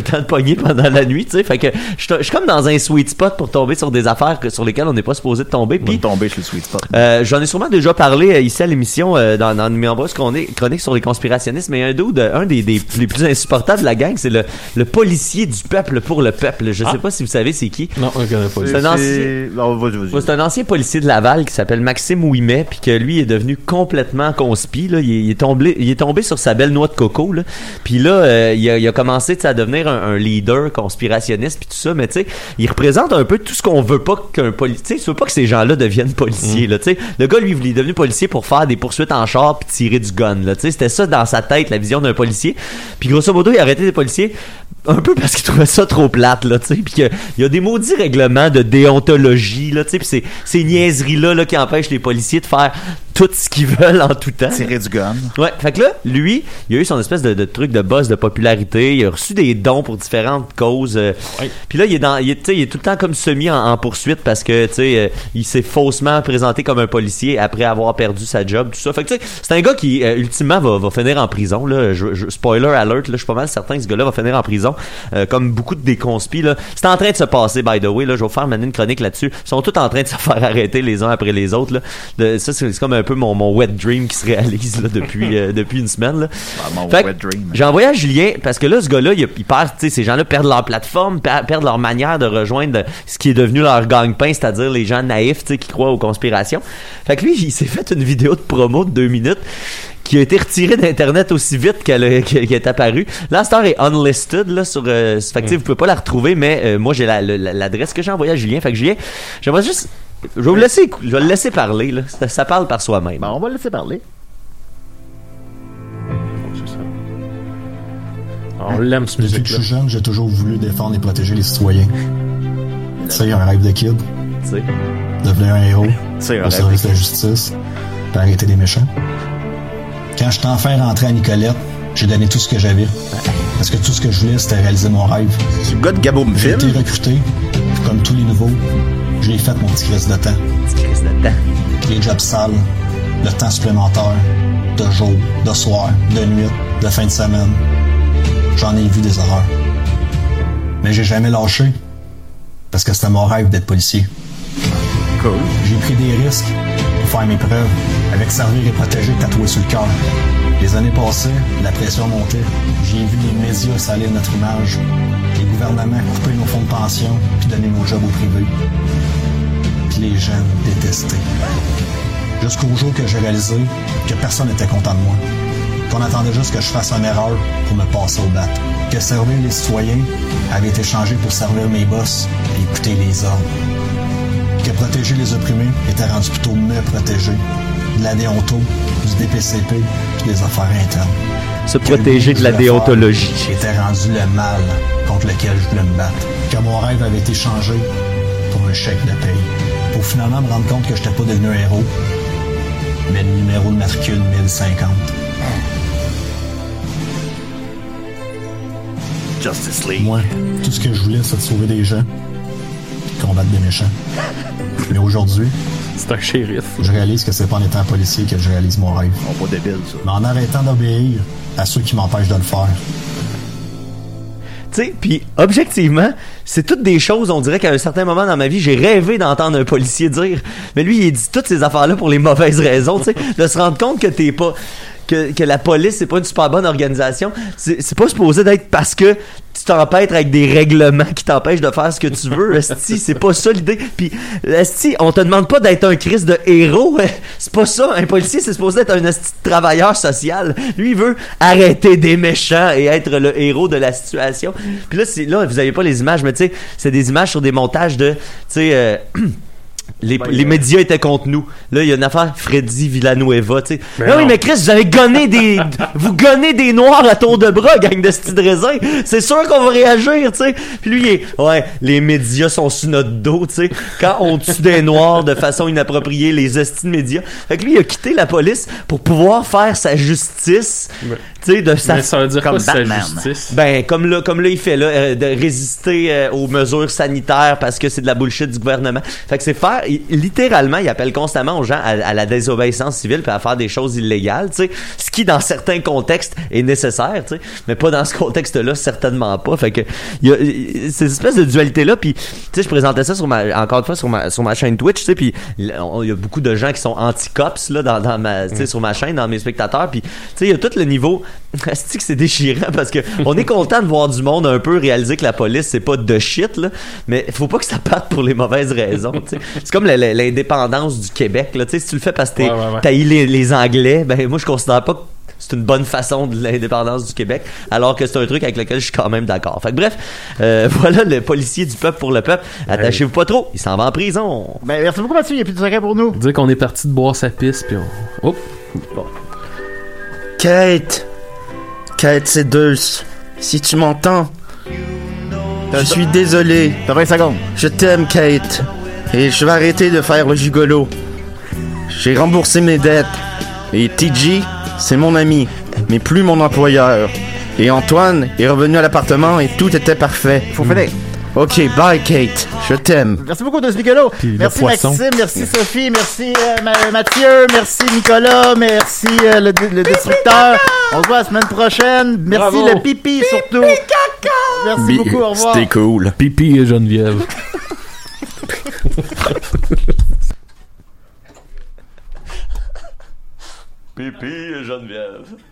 le temps de pogner pendant la nuit, tu sais. Fait que je suis comme dans un sweet spot pour tomber sur des affaires sur lesquelles on n'est pas supposé de tomber. Puis tomber sur le sweet spot. J'en ai sûrement déjà parlé ici à l'émission dans une nombreuses chroniques sur les conspirationnistes, mais un des plus insupportables de la gang, c'est le policier du peuple pour le peuple. Je sais pas si vous savez c'est qui. Non, on connaît pas. C'est un ancien policier de Laval qui s'appelle Maxime Ouimet, puis que lui est devenu complètement conspi. Là. Il est tombé sur sa belle noix de coco. Là. Puis là, il a commencé à devenir un leader conspirationniste puis tout ça, mais tu sais, il représente un peu tout ce qu'on veut pas qu'un policier. Tu veux pas que ces gens-là deviennent policiers. Là, tu sais. Le gars, lui, il est devenu policier pour faire des poursuites en char puis tirer du gun. Là, tu sais, c'était ça dans sa tête, la vision d'un policier. Puis grosso modo, il a arrêté des policiers un peu parce qu'il trouvait ça trop plate, là, tu sais, puis qu'il y a des maudits règlements de déontologie, là, tu sais, puis ces niaiseries-là qui empêchent les policiers de faire tout ce qu'ils veulent en tout temps. Tirer du gun. Ouais, fait que là, lui, il a eu son espèce de truc de boss de popularité, il a reçu des dons pour différentes causes, puis là, il est tout le temps comme semi en poursuite parce que, tu sais, il s'est faussement présenté comme un policier après avoir perdu sa job, tout ça. Fait que, tu sais, c'est un gars qui, ultimement, va finir en prison, là. Spoiler alert, là, je suis pas mal certain que ce gars-là va finir en prison. Comme beaucoup de déconspis, là. C'est en train de se passer, by the way, là. Je vais vous faire maintenant une chronique là-dessus. Ils sont tous en train de se faire arrêter les uns après les autres, là. Ça, c'est comme un peu mon wet dream qui se réalise, là, depuis une semaine, là. Fait wet dream. J'ai envoyé à Julien, parce que là, ce gars-là, il perd, tu sais, ces gens-là perdent leur plateforme, perdent leur manière de rejoindre ce qui est devenu leur gagne-pain, c'est-à-dire les gens naïfs, tu sais, qui croient aux conspirations. Fait que lui, il s'est fait une vidéo de promo de 2 minutes qui a été retirée d'Internet aussi vite qu'elle est apparue. Là, cette heure est unlisted, là, sur, fait que, vous pouvez pas la retrouver, mais moi, j'ai l'adresse que j'ai envoyée à Julien. Fait que Julien, j'aimerais juste, je vais le laisser parler, là. Ça parle par soi-même. Ben, on va le laisser parler. On l'aime, ce musique-là. Depuis que je suis jeune, j'ai toujours voulu défendre et protéger les citoyens. C'est un rêve de kid. T'sais. Devenir un héros. C'est au service de la justice. Puis arrêter les méchants. Quand je suis enfin rentré à Nicolette, j'ai donné tout ce que j'avais. Parce que tout ce que je voulais, c'était réaliser mon rêve. C'est le gars de Gabo me J'ai été recruté, comme tous les nouveaux. J'ai fait mon petit crise de temps. Les jobs sales, le temps supplémentaire, de jour, de soir, de nuit, de fin de semaine. J'en ai vu des horreurs. Mais j'ai jamais lâché. Parce que c'était mon rêve d'être policier. Cool. J'ai pris des risques pour faire mes preuves, avec servir et protéger tatoué sur le cœur. Les années passées, la pression montait. J'ai vu les médias salir notre image, les gouvernements couper nos fonds de pension puis donner nos jobs au privé. Puis les gens me détestaient. Jusqu'au jour que j'ai réalisé que personne n'était content de moi. Qu'on attendait juste que je fasse une erreur pour me passer au bat. Que servir les citoyens avait été changé pour servir mes boss et écouter les ordres. Que protéger les opprimés était rendu plutôt me protéger. De la déonto, du DPCP puis des affaires internes. Se protéger de la déontologie. Était rendu le mal contre lequel je voulais me battre. Que mon rêve avait été changé pour un chèque de paye. Pour finalement me rendre compte que je n'étais pas devenu un héros, mais le numéro de matricule 1050. Justice League. Moi, tout ce que je voulais, c'est de sauver des gens et combattre des méchants. Mais aujourd'hui, c'est un shérif. Je réalise que c'est pas en étant policier que je réalise mon rêve. On pas débile, ça. Mais en arrêtant d'obéir à ceux qui m'empêchent de le faire. Tu sais, puis objectivement, c'est toutes des choses, on dirait qu'à un certain moment dans ma vie, j'ai rêvé d'entendre un policier dire. Mais lui, il dit toutes ces affaires-là pour les mauvaises raisons, tu sais, de se rendre compte que t'es pas... Que la police, c'est pas une super bonne organisation. C'est pas supposé d'être parce que tu t'empêtres avec des règlements qui t'empêchent de faire ce que tu veux. Esti, c'est pas ça l'idée. Puis, esti, on te demande pas d'être un Christ de héros. C'est pas ça. Un policier, c'est supposé être un esti de travailleur social. Lui, il veut arrêter des méchants et être le héros de la situation. Puis là, vous avez pas les images, mais tu sais, c'est des images sur des montages de, tu sais, les médias étaient contre nous. Là, il y a une affaire Freddy Villanueva, tu sais. Oui, mais Chris, vous avez vous gonnez des noirs à tour de bras, gang de style de raisin. C'est sûr qu'on va réagir, tu sais. Puis lui, les médias sont sur notre dos, tu sais. Quand on tue des noirs de façon inappropriée, les estis de médias. Fait que lui, il a quitté la police pour pouvoir faire sa justice. Tu sais, de sa... Mais ça veut dire comme quoi, Batman. sa justice? Ben, comme là, il fait, là, de résister aux mesures sanitaires parce que c'est de la bullshit du gouvernement. Fait que c'est faire, littéralement, il appelle constamment aux gens à la désobéissance civile puis à faire des choses illégales, tu sais, ce qui dans certains contextes est nécessaire, tu sais, mais pas dans ce contexte-là, certainement pas. Fait que il y a cette espèce de dualité là, puis tu sais, je présentais ça encore une fois sur ma chaîne Twitch, tu sais, puis il y a beaucoup de gens qui sont anti-cops là dans ma, tu sais, sur ma chaîne, dans mes spectateurs, puis tu sais, il y a tout le niveau. Est-ce que c'est déchirant parce que on est content de voir du monde un peu réaliser que la police c'est pas de shit là, mais faut pas que ça parte pour les mauvaises raisons, tu sais. C'est comme l'indépendance du Québec là, tu sais, si tu le fais parce que t'as les Anglais, ben moi je considère pas que c'est une bonne façon de l'indépendance du Québec, alors que c'est un truc avec lequel je suis quand même d'accord. Fait que bref, voilà le policier du peuple pour le peuple. Attachez-vous pas trop, il s'en va en prison. Ben merci beaucoup Mathieu, il n'y a plus de secret pour nous. Dire qu'on est parti de boire sa pisse puis on... Oh! Bon. Kate, c'est Dulce. Si tu m'entends, je suis désolé. T'as 20 secondes. Je t'aime, Kate. Et je vais arrêter de faire le gigolo. J'ai remboursé mes dettes. Et TJ, c'est mon ami, mais plus mon employeur. Et Antoine est revenu à l'appartement et tout était parfait. Faut finir. Ok, bye Kate, je t'aime. Merci beaucoup de ce Bigolo. Merci Maxime, merci Sophie, merci Mathieu, merci Nicolas, merci le destructeur. On se voit la semaine prochaine. Merci le pipi surtout. Merci beaucoup, au revoir. C'était cool. Pipi et Geneviève. Pipi et Geneviève.